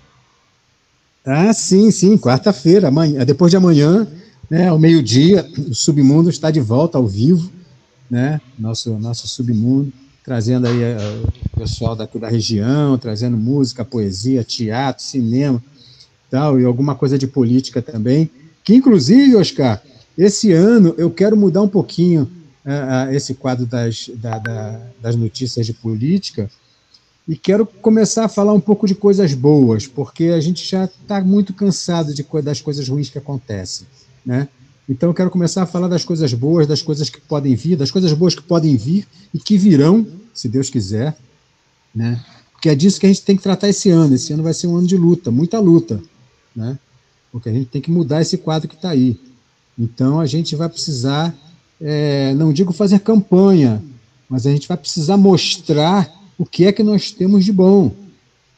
Ah, sim, sim, quarta-feira, amanhã, depois de amanhã, né, ao meio-dia, o Submundo está de volta ao vivo, né, nosso, nosso Submundo, trazendo aí uh, o pessoal daqui da região, trazendo música, poesia, teatro, cinema, tal, e alguma coisa de política também, que inclusive, Oscar, esse ano eu quero mudar um pouquinho uh, uh, esse quadro das, da, da, das notícias de política, e quero começar a falar um pouco de coisas boas, porque a gente já está muito cansado de, das coisas ruins que acontecem, né? Então eu quero começar a falar das coisas boas, das coisas que podem vir, das coisas boas que podem vir e que virão, se Deus quiser, né? Porque é disso que a gente tem que tratar esse ano. Esse ano vai ser um ano de luta, muita luta, né? Porque a gente tem que mudar esse quadro que está aí. Então a gente vai precisar, é, não digo fazer campanha, mas a gente vai precisar mostrar o que é que nós temos de bom.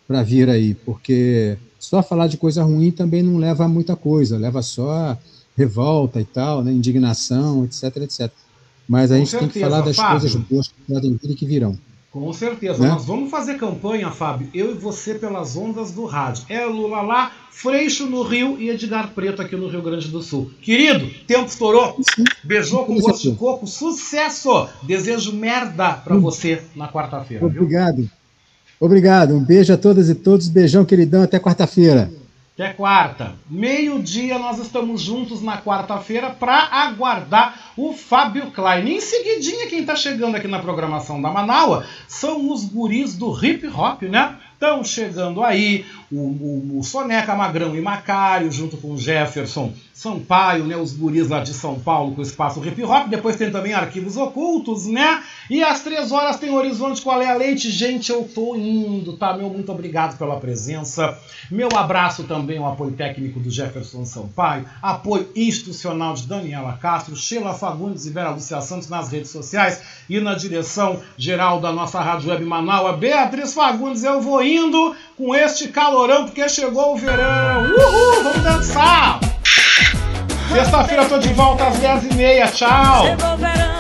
para vir aí, porque só falar de coisa ruim também não leva a muita coisa, leva só a revolta e tal, né, indignação, etc, etcétera. Mas a Com gente certeza, tem que falar das Fábio. coisas boas que podem vir e que virão. Com certeza. Né? Nós vamos fazer campanha, Fábio, eu e você pelas ondas do rádio. É Lula lá, Freixo no Rio e Edgar Preto aqui no Rio Grande do Sul. Querido, tempo estourou. Beijou com gosto de coco. Sucesso! Desejo merda pra você na quarta-feira. Obrigado. Viu? Obrigado. Um beijo a todas e todos. Beijão, queridão. Até quarta-feira. Até quarta. Meio-dia nós estamos juntos na quarta-feira para aguardar o Fábio Klein. Em seguidinha, quem está chegando aqui na programação da Manaua são os guris do hip hop, né? Estão chegando aí o, o, o Soneca Magrão e Macário, junto com o Jefferson Sampaio, né? Os guris lá de São Paulo com o espaço hip hop. Depois tem também Arquivos Ocultos, né? E às três horas tem Horizonte Qual é a Leite. Gente, eu tô indo, tá? Meu muito obrigado pela presença. Meu abraço também ao apoio técnico do Jefferson Sampaio, apoio institucional de Daniela Castro, Sheila Fagundes e Vera Lúcia Santos nas redes sociais e na direção geral da nossa Rádio Web Manaua, Beatriz Fagundes. Eu vou indo com este calorão porque chegou o verão. Uhul, vamos dançar! Sexta-feira eu tô de volta às dez e meia. Tchau!